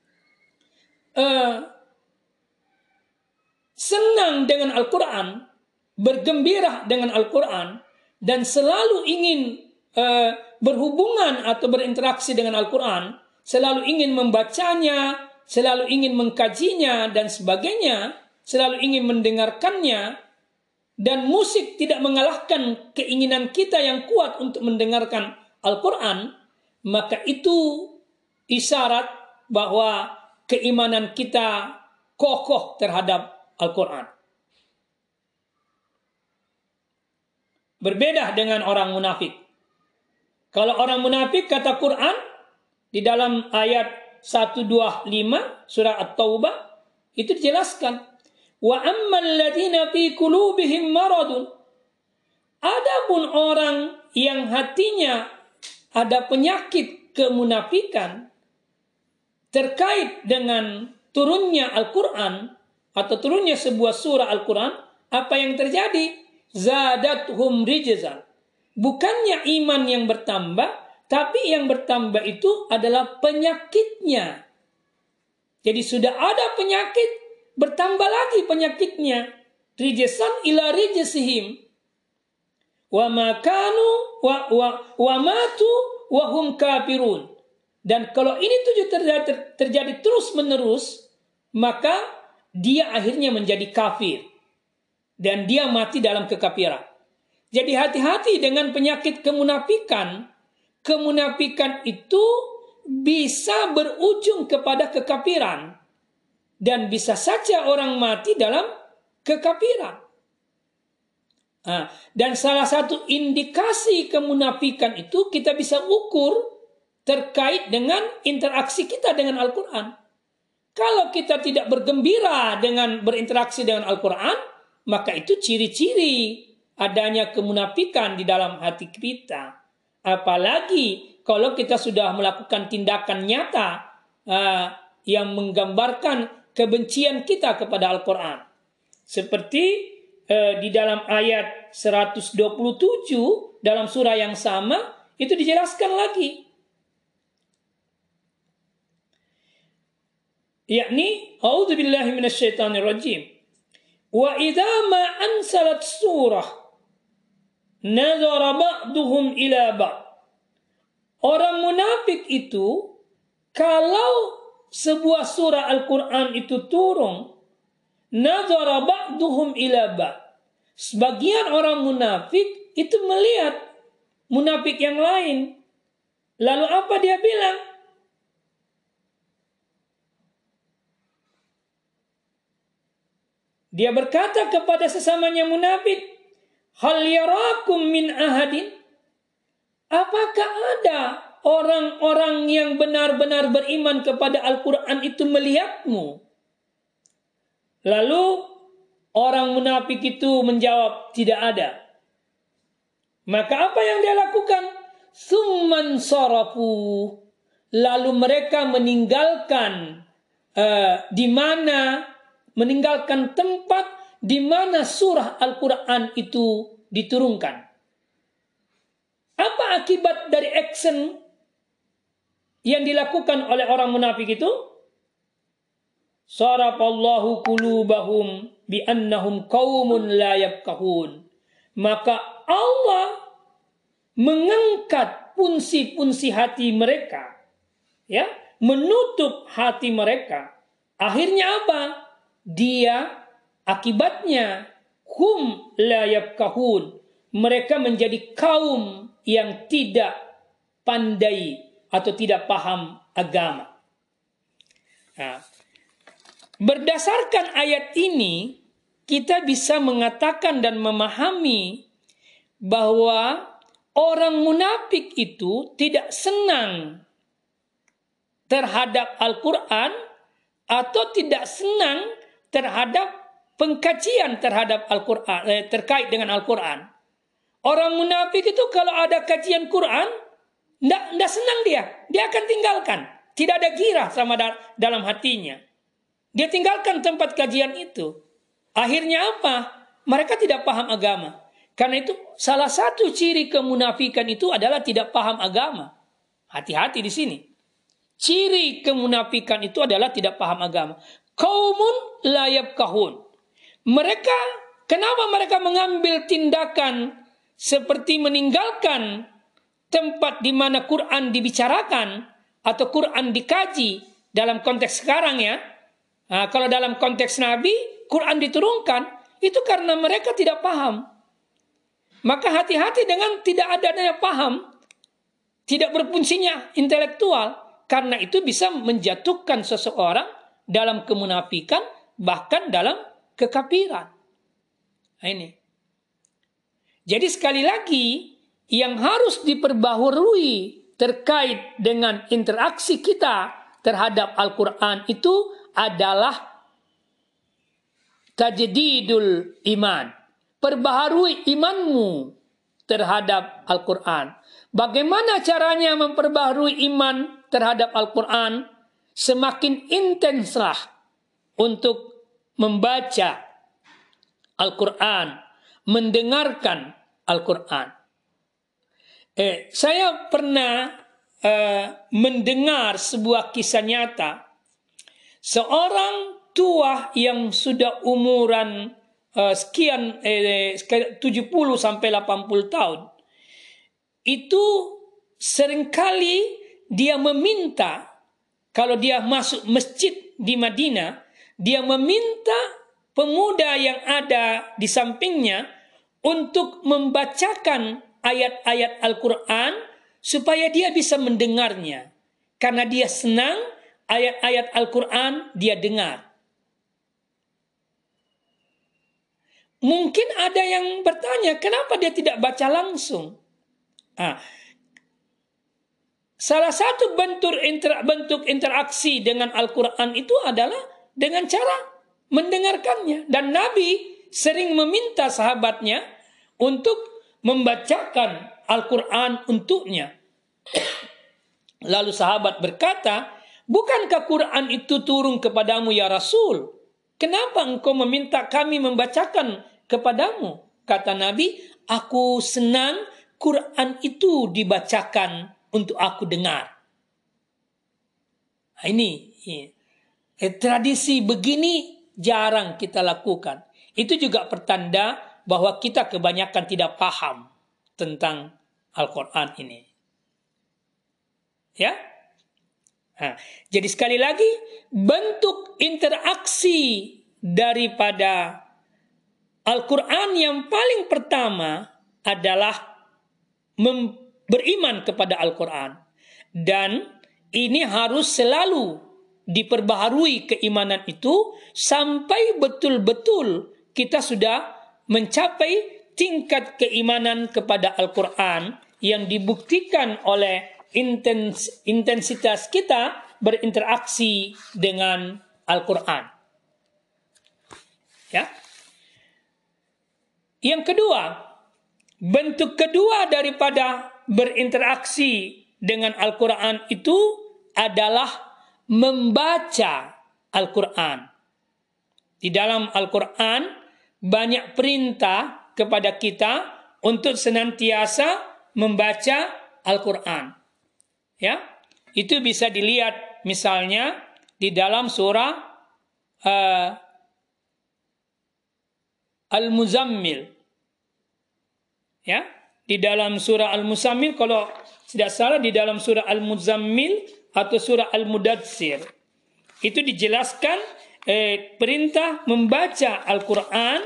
senang dengan Al-Quran, bergembira dengan Al-Quran, dan selalu ingin berhubungan atau berinteraksi dengan Al-Quran, selalu ingin membacanya, selalu ingin mengkajinya, dan sebagainya, selalu ingin mendengarkannya, dan musik tidak mengalahkan keinginan kita yang kuat untuk mendengarkan Al-Quran, maka itu isyarat bahwa keimanan kita kokoh terhadap Al-Quran. Berbeda dengan orang munafik. Kalau orang munafik, kata Quran di dalam ayat 125 surah At-Taubah itu dijelaskan, wa ammal ladzina fi qulubihim maradun, adapun orang yang hatinya ada penyakit kemunafikan terkait dengan turunnya Al-Quran atau turunnya sebuah surah Al-Quran, apa yang terjadi? Zadathum rijzan. Bukannya iman yang bertambah, tapi yang bertambah itu adalah penyakitnya. Jadi sudah ada penyakit, bertambah lagi penyakitnya. Rijzan ila rijzihim. Wa makanu wa matu wa hum kafirun. Dan kalau ini terjadi terus menerus, maka dia akhirnya menjadi kafir. Dan dia mati dalam kekafiran. Jadi hati-hati dengan penyakit kemunafikan. Kemunafikan itu bisa berujung kepada kekafiran. Dan bisa saja orang mati dalam kekafiran. Dan salah satu indikasi kemunafikan itu kita bisa ukur terkait dengan interaksi kita dengan Al-Quran. Kalau kita tidak bergembira dengan berinteraksi dengan Al-Quran, maka itu ciri-ciri adanya kemunafikan di dalam hati kita. Apalagi kalau kita sudah melakukan tindakan nyata yang menggambarkan kebencian kita kepada Al-Quran. Seperti di dalam ayat 127 dalam surah yang sama, itu dijelaskan lagi. Yakni, a'udzubillahi minasyaitonirrajim. Wa idza ma ansalat surah nazara ba'duhum ila ba'd. Orang munafik itu kalau sebuah surah Al-Quran itu turun, nazara ba'duhum ila ba'd. Sebagian orang munafik itu melihat munafik yang lain. Lalu apa dia bilang? Dia berkata kepada sesamanya munafik, hal yarakum min ahadin? Apakah ada orang-orang yang benar-benar beriman kepada Al-Quran itu melihatmu? Lalu orang munafik itu menjawab, tidak ada. Maka apa yang dia lakukan? Summan sarafu. Lalu mereka meninggalkan meninggalkan tempat di mana surah Al-Quran itu diturunkan. Apa akibat dari action yang dilakukan oleh orang munafik itu? Sarafallahu qulubahum bi annahum qaumun la yafqahun. Maka Allah mengangkat punsi-punsi hati mereka, ya, menutup hati mereka. Akhirnya apa? Akibatnya hum la yafqahun. Mereka menjadi kaum yang tidak pandai atau tidak paham agama. Nah, berdasarkan ayat ini, kita bisa mengatakan dan memahami bahwa orang munafik itu tidak senang terhadap Al-Quran atau tidak senang terhadap pengkajian terhadap Al-Quran, terkait dengan Al-Quran. Orang munafik itu kalau ada kajian Quran, tidak senang dia akan tinggalkan. Tidak ada girah sama dalam hatinya. Dia tinggalkan tempat kajian itu. Akhirnya apa? Mereka tidak paham agama. Karena itu salah satu ciri kemunafikan itu adalah tidak paham agama. Hati-hati di sini. Ciri kemunafikan itu adalah tidak paham agama. Qaumun la yafqahun. Mereka, kenapa mereka mengambil tindakan seperti meninggalkan tempat di mana Quran dibicarakan atau Quran dikaji dalam konteks sekarang ya. Nah, kalau dalam konteks Nabi, Quran diturunkan, itu karena mereka tidak paham. Maka hati-hati dengan tidak adanya paham, tidak berfungsinya intelektual, karena itu bisa menjatuhkan seseorang dalam kemunafikan, bahkan dalam kekafiran. Nah, ini. Jadi sekali lagi, yang harus diperbaharui terkait dengan interaksi kita terhadap Al-Quran itu adalah tajdidul iman. Perbaharui imanmu terhadap Al-Quran. Bagaimana caranya memperbaharui iman terhadap Al-Quran? Semakin intenslah untuk membaca Al-Quran, mendengarkan Al-Quran. Saya pernah mendengar sebuah kisah nyata. Seorang tua yang sudah umuran sekian 70 sampai 80 tahun. Itu seringkali dia meminta, kalau dia masuk masjid di Madinah, dia meminta pemuda yang ada di sampingnya untuk membacakan ayat-ayat Al-Quran supaya dia bisa mendengarnya. Karena dia senang ayat-ayat Al-Quran dia dengar. Mungkin ada yang bertanya, kenapa dia tidak baca langsung? Salah satu bentuk interaksi dengan Al-Quran itu adalah dengan cara mendengarkannya. Dan Nabi sering meminta sahabatnya untuk membacakan Al-Quran untuknya. Lalu sahabat berkata, bukankah Quran itu turun kepadamu ya Rasul? Kenapa engkau meminta kami membacakan kepadamu? Kata Nabi, aku senang Quran itu dibacakan untuk aku dengar. Nah, ini tradisi begini jarang kita lakukan. Itu juga pertanda bahwa kita kebanyakan tidak paham tentang Al-Quran ini. Ya. Nah, jadi sekali lagi, bentuk interaksi daripada Al-Quran yang paling pertama adalah beriman kepada Al-Quran. Dan ini harus selalu diperbaharui keimanan itu sampai betul-betul kita sudah mencapai tingkat keimanan kepada Al-Quran yang dibuktikan oleh intensitas kita berinteraksi dengan Al-Quran. Ya. Yang kedua, bentuk kedua daripada berinteraksi dengan Al-Quran itu adalah membaca Al-Quran. Di dalam Al-Quran banyak perintah kepada kita untuk senantiasa membaca Al-Quran. Ya, itu bisa dilihat misalnya di dalam surah Al-Muzammil. Ya, di dalam surah Al-Muzammil, kalau tidak salah di dalam surah Al-Muzammil atau surah Al-Mudatsir, itu dijelaskan perintah membaca Al-Quran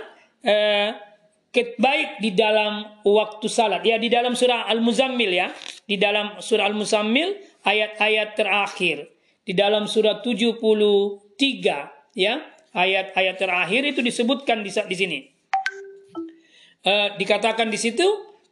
baik di dalam waktu salat. Ya, di dalam surah Al-Muzammil, ya. Di dalam surah Al-Muzammil ayat-ayat terakhir. Di dalam surah 73, ya, ayat-ayat terakhir itu disebutkan di sini. Dikatakan di situ,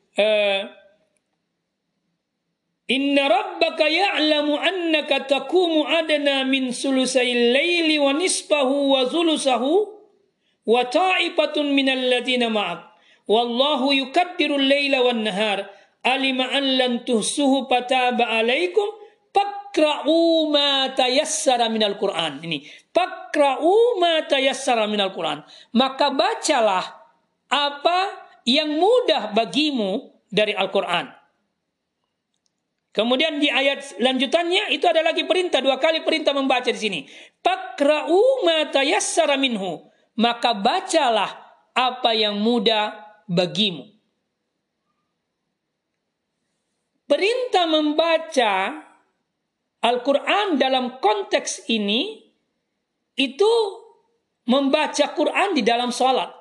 Inna rabbaka ya'lamu annaka taqumu adna min sulusayil laili wa nisfahu wa zulusahu wa ta'ifatun minal ladina ma'ak wallahu yukaddirul laila wan nahar alima an lan tuhsuhu fataba alaikum faqra'u ma tayassara minal Qur'an. Ini faqra'u ma tayassara minal Qur'an. Maka bacalah apa yang mudah bagimu dari Al-Quran. Kemudian di ayat lanjutannya itu ada lagi perintah, dua kali perintah membaca di sini. Faqra'u ma tayassara minhu. Maka bacalah apa yang mudah bagimu. Perintah membaca Al-Quran dalam konteks ini itu membaca Quran di dalam salat.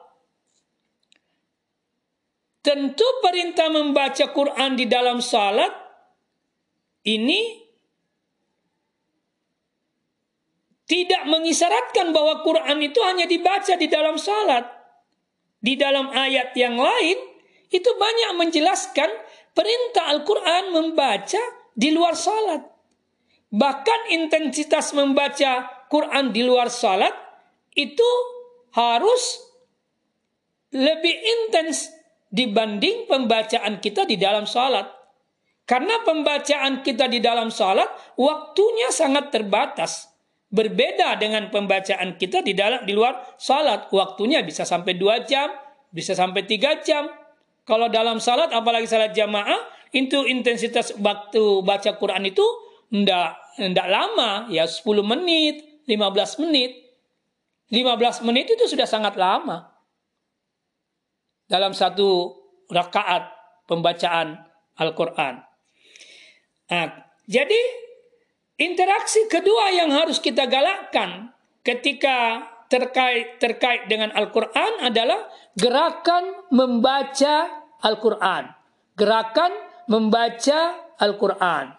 Tentu perintah membaca Quran di dalam salat ini tidak mengisyaratkan bahwa Quran itu hanya dibaca di dalam salat. Di dalam ayat yang lain itu banyak menjelaskan perintah Al-Quran membaca di luar salat. Bahkan intensitas membaca Quran di luar salat itu harus lebih intens dibanding pembacaan kita di dalam salat. Karena pembacaan kita di dalam salat waktunya sangat terbatas. Berbeda dengan pembacaan kita di luar salat. Waktunya bisa sampai 2 jam, bisa sampai 3 jam. Kalau dalam salat, apalagi salat jamaah, itu intensitas waktu baca Quran itu enggak lama, ya 10 menit, 15 menit. 15 menit itu sudah sangat lama. Dalam satu rakaat pembacaan Al-Quran. Nah, jadi interaksi kedua yang harus kita galakkan ketika terkait dengan Al-Quran adalah gerakan membaca Al-Quran. Gerakan membaca Al-Quran.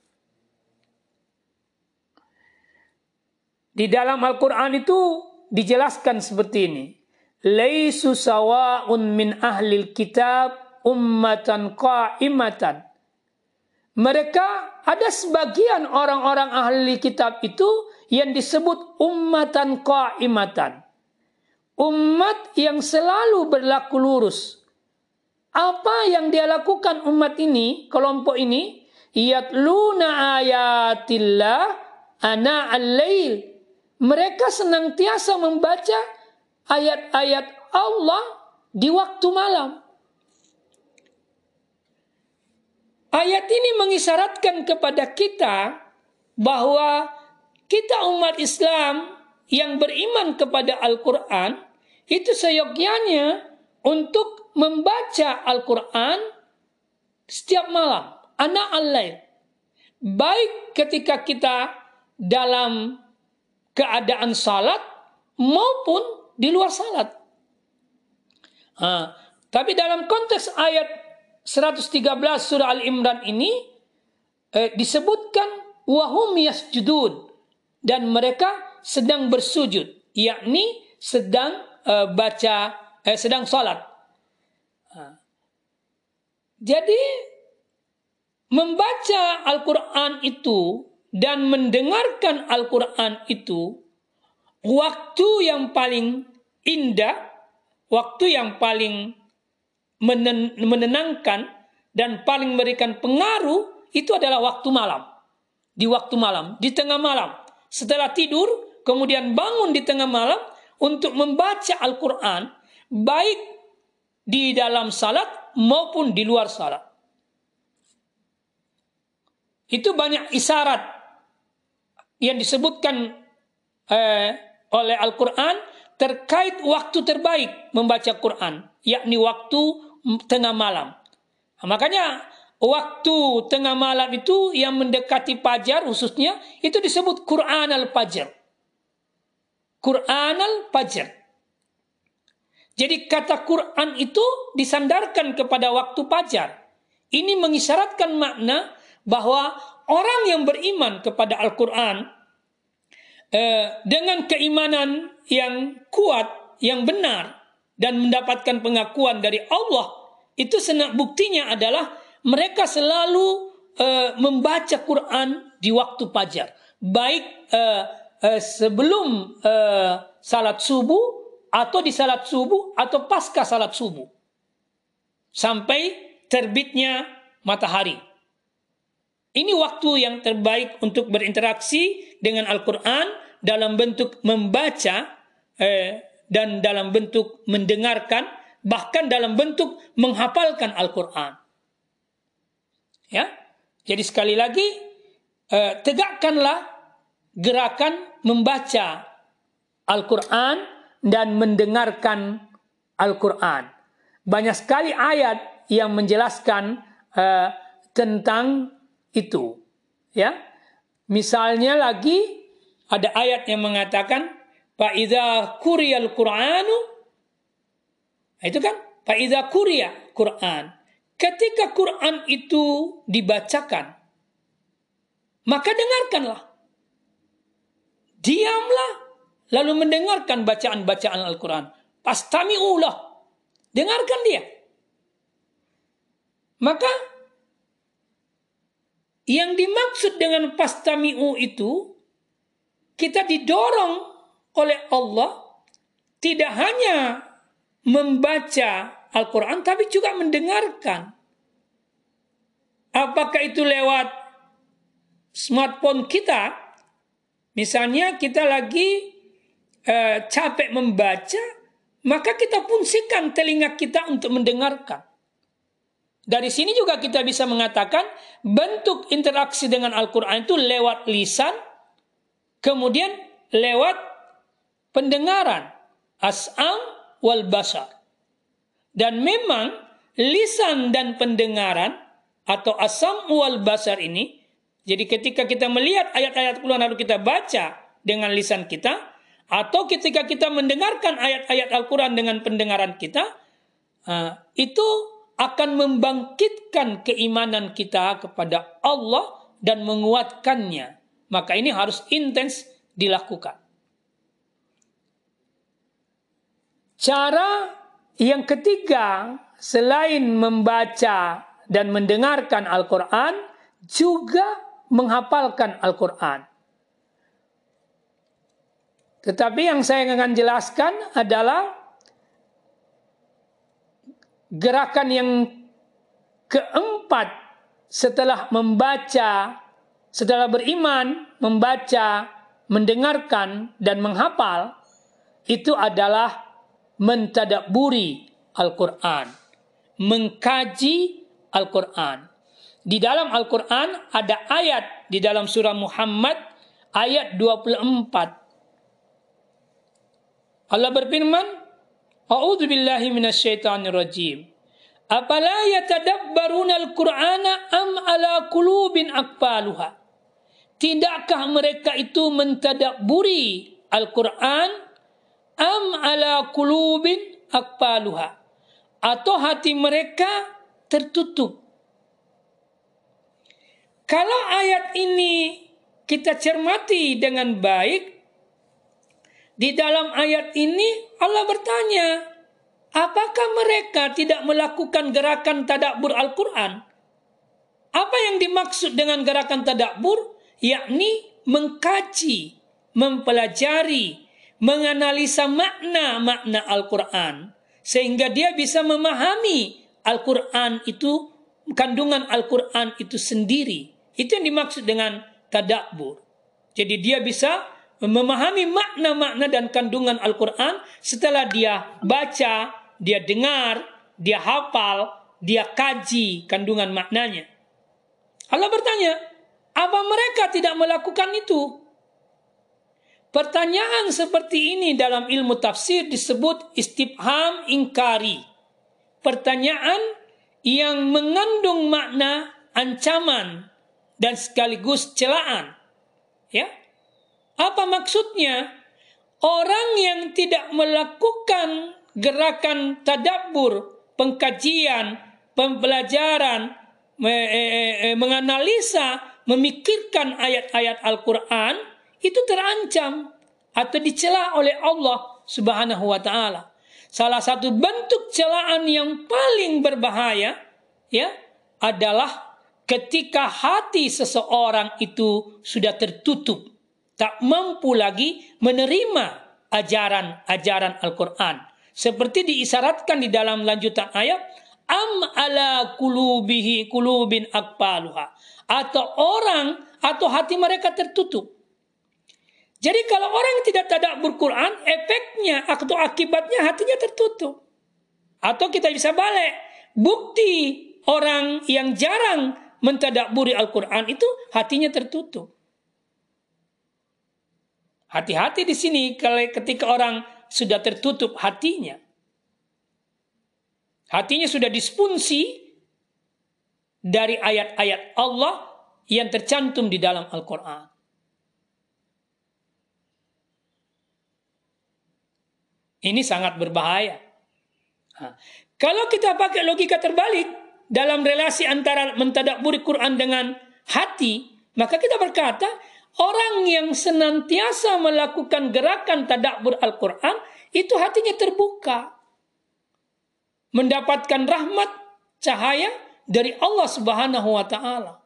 Di dalam Al-Quran itu dijelaskan seperti ini. Laisu sawa'un min ahlil kitab ummatan qa'imatan mereka ada sebagian orang-orang ahli kitab itu yang disebut ummatan qa'imatan. Umat yang selalu berlaku lurus. Apa yang dia lakukan umat ini, kelompok ini? Yatluna ayatillah ana al-lail. Mereka senantiasa membaca ayat-ayat Allah di waktu malam. Ayat ini mengisyaratkan kepada kita bahwa kita umat Islam yang beriman kepada Al-Quran itu seyogyanya untuk membaca Al-Quran setiap malam. Ana al-lail. Baik ketika kita dalam keadaan salat maupun di luar salat. Tapi dalam konteks ayat 113 surah Al-Imran ini disebutkan wahum yasjudun, dan mereka sedang bersujud, yakni sedang sedang salat. Jadi membaca Al-Quran itu dan mendengarkan Al-Quran itu waktu yang paling indah, waktu yang paling menenangkan dan paling memberikan pengaruh itu adalah waktu malam. Di waktu malam, di tengah malam. Setelah tidur, kemudian bangun di tengah malam untuk membaca Al-Quran, baik di dalam salat maupun di luar salat. Itu banyak isyarat yang disebutkan oleh Al-Quran terkait waktu terbaik membaca Quran, yakni waktu tengah malam. Makanya waktu tengah malam itu yang mendekati fajar khususnya itu disebut Quran al-Fajr. Quran al-Fajr. Jadi kata Quran itu disandarkan kepada waktu fajar. Ini mengisyaratkan makna bahwa orang yang beriman kepada Al-Quran dengan keimanan yang kuat, yang benar, dan mendapatkan pengakuan dari Allah, itu buktinya adalah mereka selalu membaca Quran di waktu fajar, baik sebelum salat subuh atau di salat subuh atau pasca salat subuh sampai terbitnya matahari. Ini waktu yang terbaik untuk berinteraksi dengan Al-Quran dalam bentuk membaca dan dalam bentuk mendengarkan, bahkan dalam bentuk menghafalkan Al-Quran. Ya, jadi sekali lagi tegakkanlah gerakan membaca Al-Quran dan mendengarkan Al-Quran. Banyak sekali ayat yang menjelaskan tentang itu. Ya, misalnya lagi ada ayat yang mengatakan fa idza quriyal Qur'anu, itu kan fa idza quriya Quran, ketika Quran itu dibacakan maka dengarkanlah, diamlah lalu mendengarkan bacaan-bacaan Al-Quran, pastami'ulah, dengarkan dia. Maka yang dimaksud dengan pastami'u itu, kita didorong oleh Allah tidak hanya membaca Al-Quran, tapi juga mendengarkan. Apakah itu lewat smartphone kita? Misalnya kita lagi capek membaca, maka kita fungsikan telinga kita untuk mendengarkan. Dari sini juga kita bisa mengatakan bentuk interaksi dengan Al-Quran itu lewat lisan, kemudian lewat pendengaran, as'am wal basar. Dan memang lisan dan pendengaran atau asam wal basar ini, jadi ketika kita melihat ayat-ayat Al-Quran lalu kita baca dengan lisan kita, atau ketika kita mendengarkan ayat-ayat Al-Quran dengan pendengaran kita, itu akan membangkitkan keimanan kita kepada Allah dan menguatkannya. Maka ini harus intens dilakukan. Cara yang ketiga, selain membaca dan mendengarkan Al-Quran, juga menghafalkan Al-Quran. Tetapi yang saya akan jelaskan adalah gerakan yang keempat setelah beriman, membaca, mendengarkan, dan menghafal, itu adalah mentadabburi Al-Quran, mengkaji Al-Quran. Di dalam Al-Quran ada ayat di dalam surah Muhammad ayat 24. Allah berfirman, A'udzu billahi minasyaitonir rajim. Afala yatadabbaruna al-Qur'ana am ala qulubin aqfaluha? Tidakkah mereka itu mentadabburi Al-Quran am ala qulubin aqfaluha? Atau hati mereka tertutup? Kalau ayat ini kita cermati dengan baik, di dalam ayat ini Allah bertanya, apakah mereka tidak melakukan gerakan tadabbur Al-Quran? Apa yang dimaksud dengan gerakan tadabbur? Yakni mengkaji, mempelajari, menganalisa makna-makna Al-Quran, sehingga dia bisa memahami Al-Quran itu, kandungan Al-Quran itu sendiri. Itu yang dimaksud dengan tadabbur. Jadi dia bisa memahami makna-makna dan kandungan Al-Quran setelah dia baca, dia dengar, dia hafal, dia kaji kandungan maknanya. Allah bertanya, apa mereka tidak melakukan itu? Pertanyaan seperti ini dalam ilmu tafsir disebut istifham ingkari. Pertanyaan yang mengandung makna ancaman dan sekaligus celaan. Ya. Apa maksudnya? Orang yang tidak melakukan gerakan tadabbur, pengkajian, pembelajaran, menganalisa, memikirkan ayat-ayat Al-Quran, itu terancam atau dicela oleh Allah Subhanahu wa ta'ala. Salah satu bentuk celaan yang paling berbahaya ya adalah ketika hati seseorang itu sudah tertutup, tak mampu lagi menerima ajaran-ajaran Al-Quran. Seperti diisyaratkan di dalam lanjutan ayat, am ala qulubin aqfaluha. Atau hati mereka tertutup. Jadi kalau orang tidak tadabbur Quran, efeknya atau akibatnya hatinya tertutup. Atau kita bisa balik, bukti orang yang jarang mentadabburi Al-Quran itu hatinya tertutup. Hati-hati di sini ketika orang sudah tertutup hatinya. Hatinya sudah disfungsi dari ayat-ayat Allah yang tercantum di dalam Al-Quran. Ini sangat berbahaya. Kalau kita pakai logika terbalik dalam relasi antara mentadabburi Quran dengan hati, maka kita berkata, orang yang senantiasa melakukan gerakan tadabbur Al-Quran, itu hatinya terbuka. Mendapatkan rahmat, cahaya dari Allah Subhanahu wa ta'ala.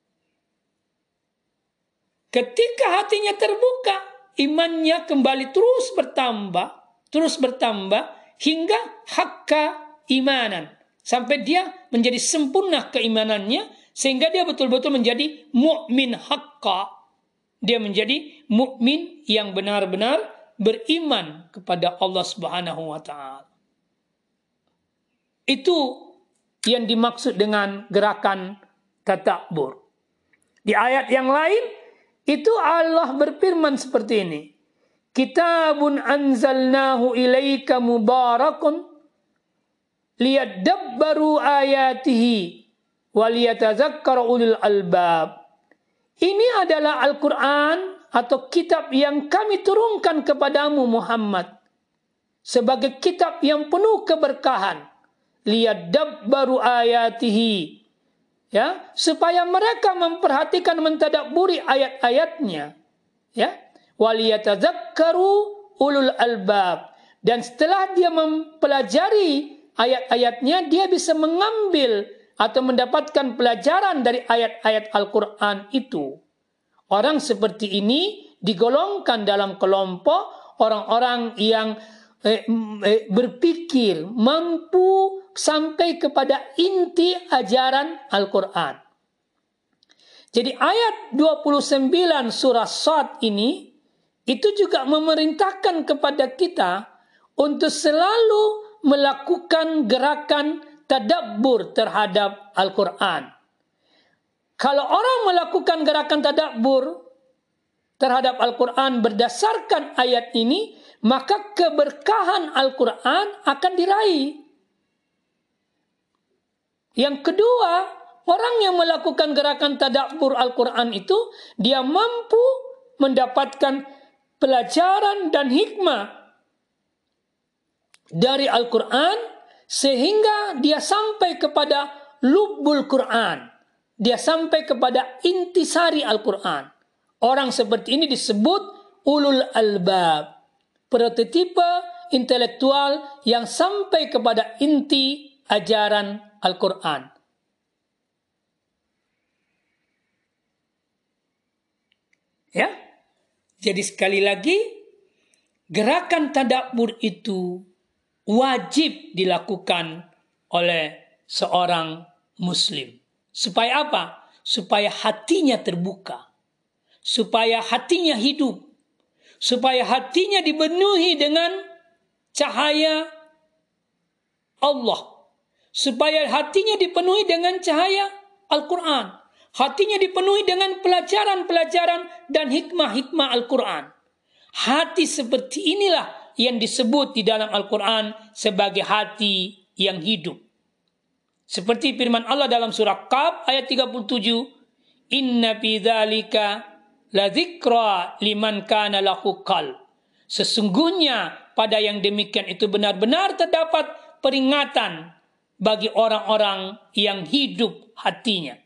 Ketika hatinya terbuka, imannya kembali terus bertambah, hingga hakka imanan. Sampai dia menjadi sempurna keimanannya, sehingga dia betul-betul menjadi mukmin hakka. Dia menjadi mukmin yang benar-benar beriman kepada Allah Subhanahu wa ta'ala. Itu yang dimaksud dengan gerakan tadabbur. Di ayat yang lain, itu Allah berfirman seperti ini. Kitabun anzalnahu ilaika mubarakun liyadabbaru ayatihi waliyatadzakkara ulul albab. Ini adalah Al-Quran atau kitab yang kami turunkan kepadamu Muhammad sebagai kitab yang penuh keberkahan. Liyadabbaru ayatihi, ya, supaya mereka memperhatikan, mentadabburi ayat-ayatnya, ya. Waliyatadzakkaru ulul albab, dan setelah dia mempelajari ayat-ayatnya, dia bisa mengambil atau mendapatkan pelajaran dari ayat-ayat Al-Quran itu. Orang seperti ini digolongkan dalam kelompok orang-orang yang berpikir mampu sampai kepada inti ajaran Al-Quran. Jadi ayat 29 surah Shad ini itu juga memerintahkan kepada kita untuk selalu melakukan gerakan tadabbur terhadap Al-Quran. Kalau orang melakukan gerakan tadabbur terhadap Al-Quran berdasarkan ayat ini, maka keberkahan Al-Quran akan diraih. Yang kedua, orang yang melakukan gerakan tadabbur Al-Quran itu, dia mampu mendapatkan pelajaran dan hikmah dari Al-Quran, sehingga dia sampai kepada lubbul Quran. Dia sampai kepada intisari Al-Quran. Orang seperti ini disebut ulul albab. Prototipe intelektual yang sampai kepada inti ajaran Al-Quran. Ya, jadi sekali lagi, gerakan tadabbur itu wajib dilakukan oleh seorang muslim. Supaya apa? Supaya hatinya terbuka. Supaya hatinya hidup. Supaya hatinya dipenuhi dengan cahaya Allah. Supaya hatinya dipenuhi dengan cahaya Al-Quran. Hatinya dipenuhi dengan pelajaran-pelajaran dan hikmah-hikmah Al-Quran. Hati seperti inilah yang disebut di dalam Al-Quran sebagai hati yang hidup. Seperti firman Allah dalam surah Qaf ayat 37, Inna fi dzalika la dzikra liman kana lahu qalb. Sesungguhnya pada yang demikian itu benar-benar terdapat peringatan bagi orang-orang yang hidup hatinya.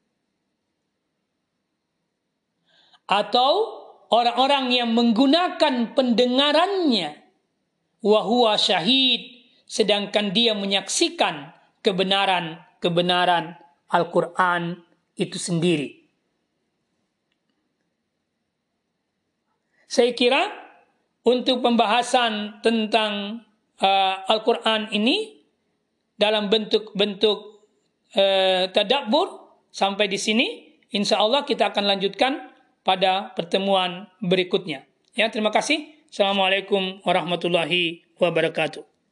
Atau orang-orang yang menggunakan pendengarannya, wa huwa syahid, sedangkan dia menyaksikan kebenaran Al-Quran itu sendiri. Saya kira untuk pembahasan tentang Al-Quran ini dalam bentuk-bentuk tadabbur sampai di sini, insya Allah kita akan lanjutkan pada pertemuan berikutnya. Ya, terima kasih. Assalamualaikum warahmatullahi wabarakatuh.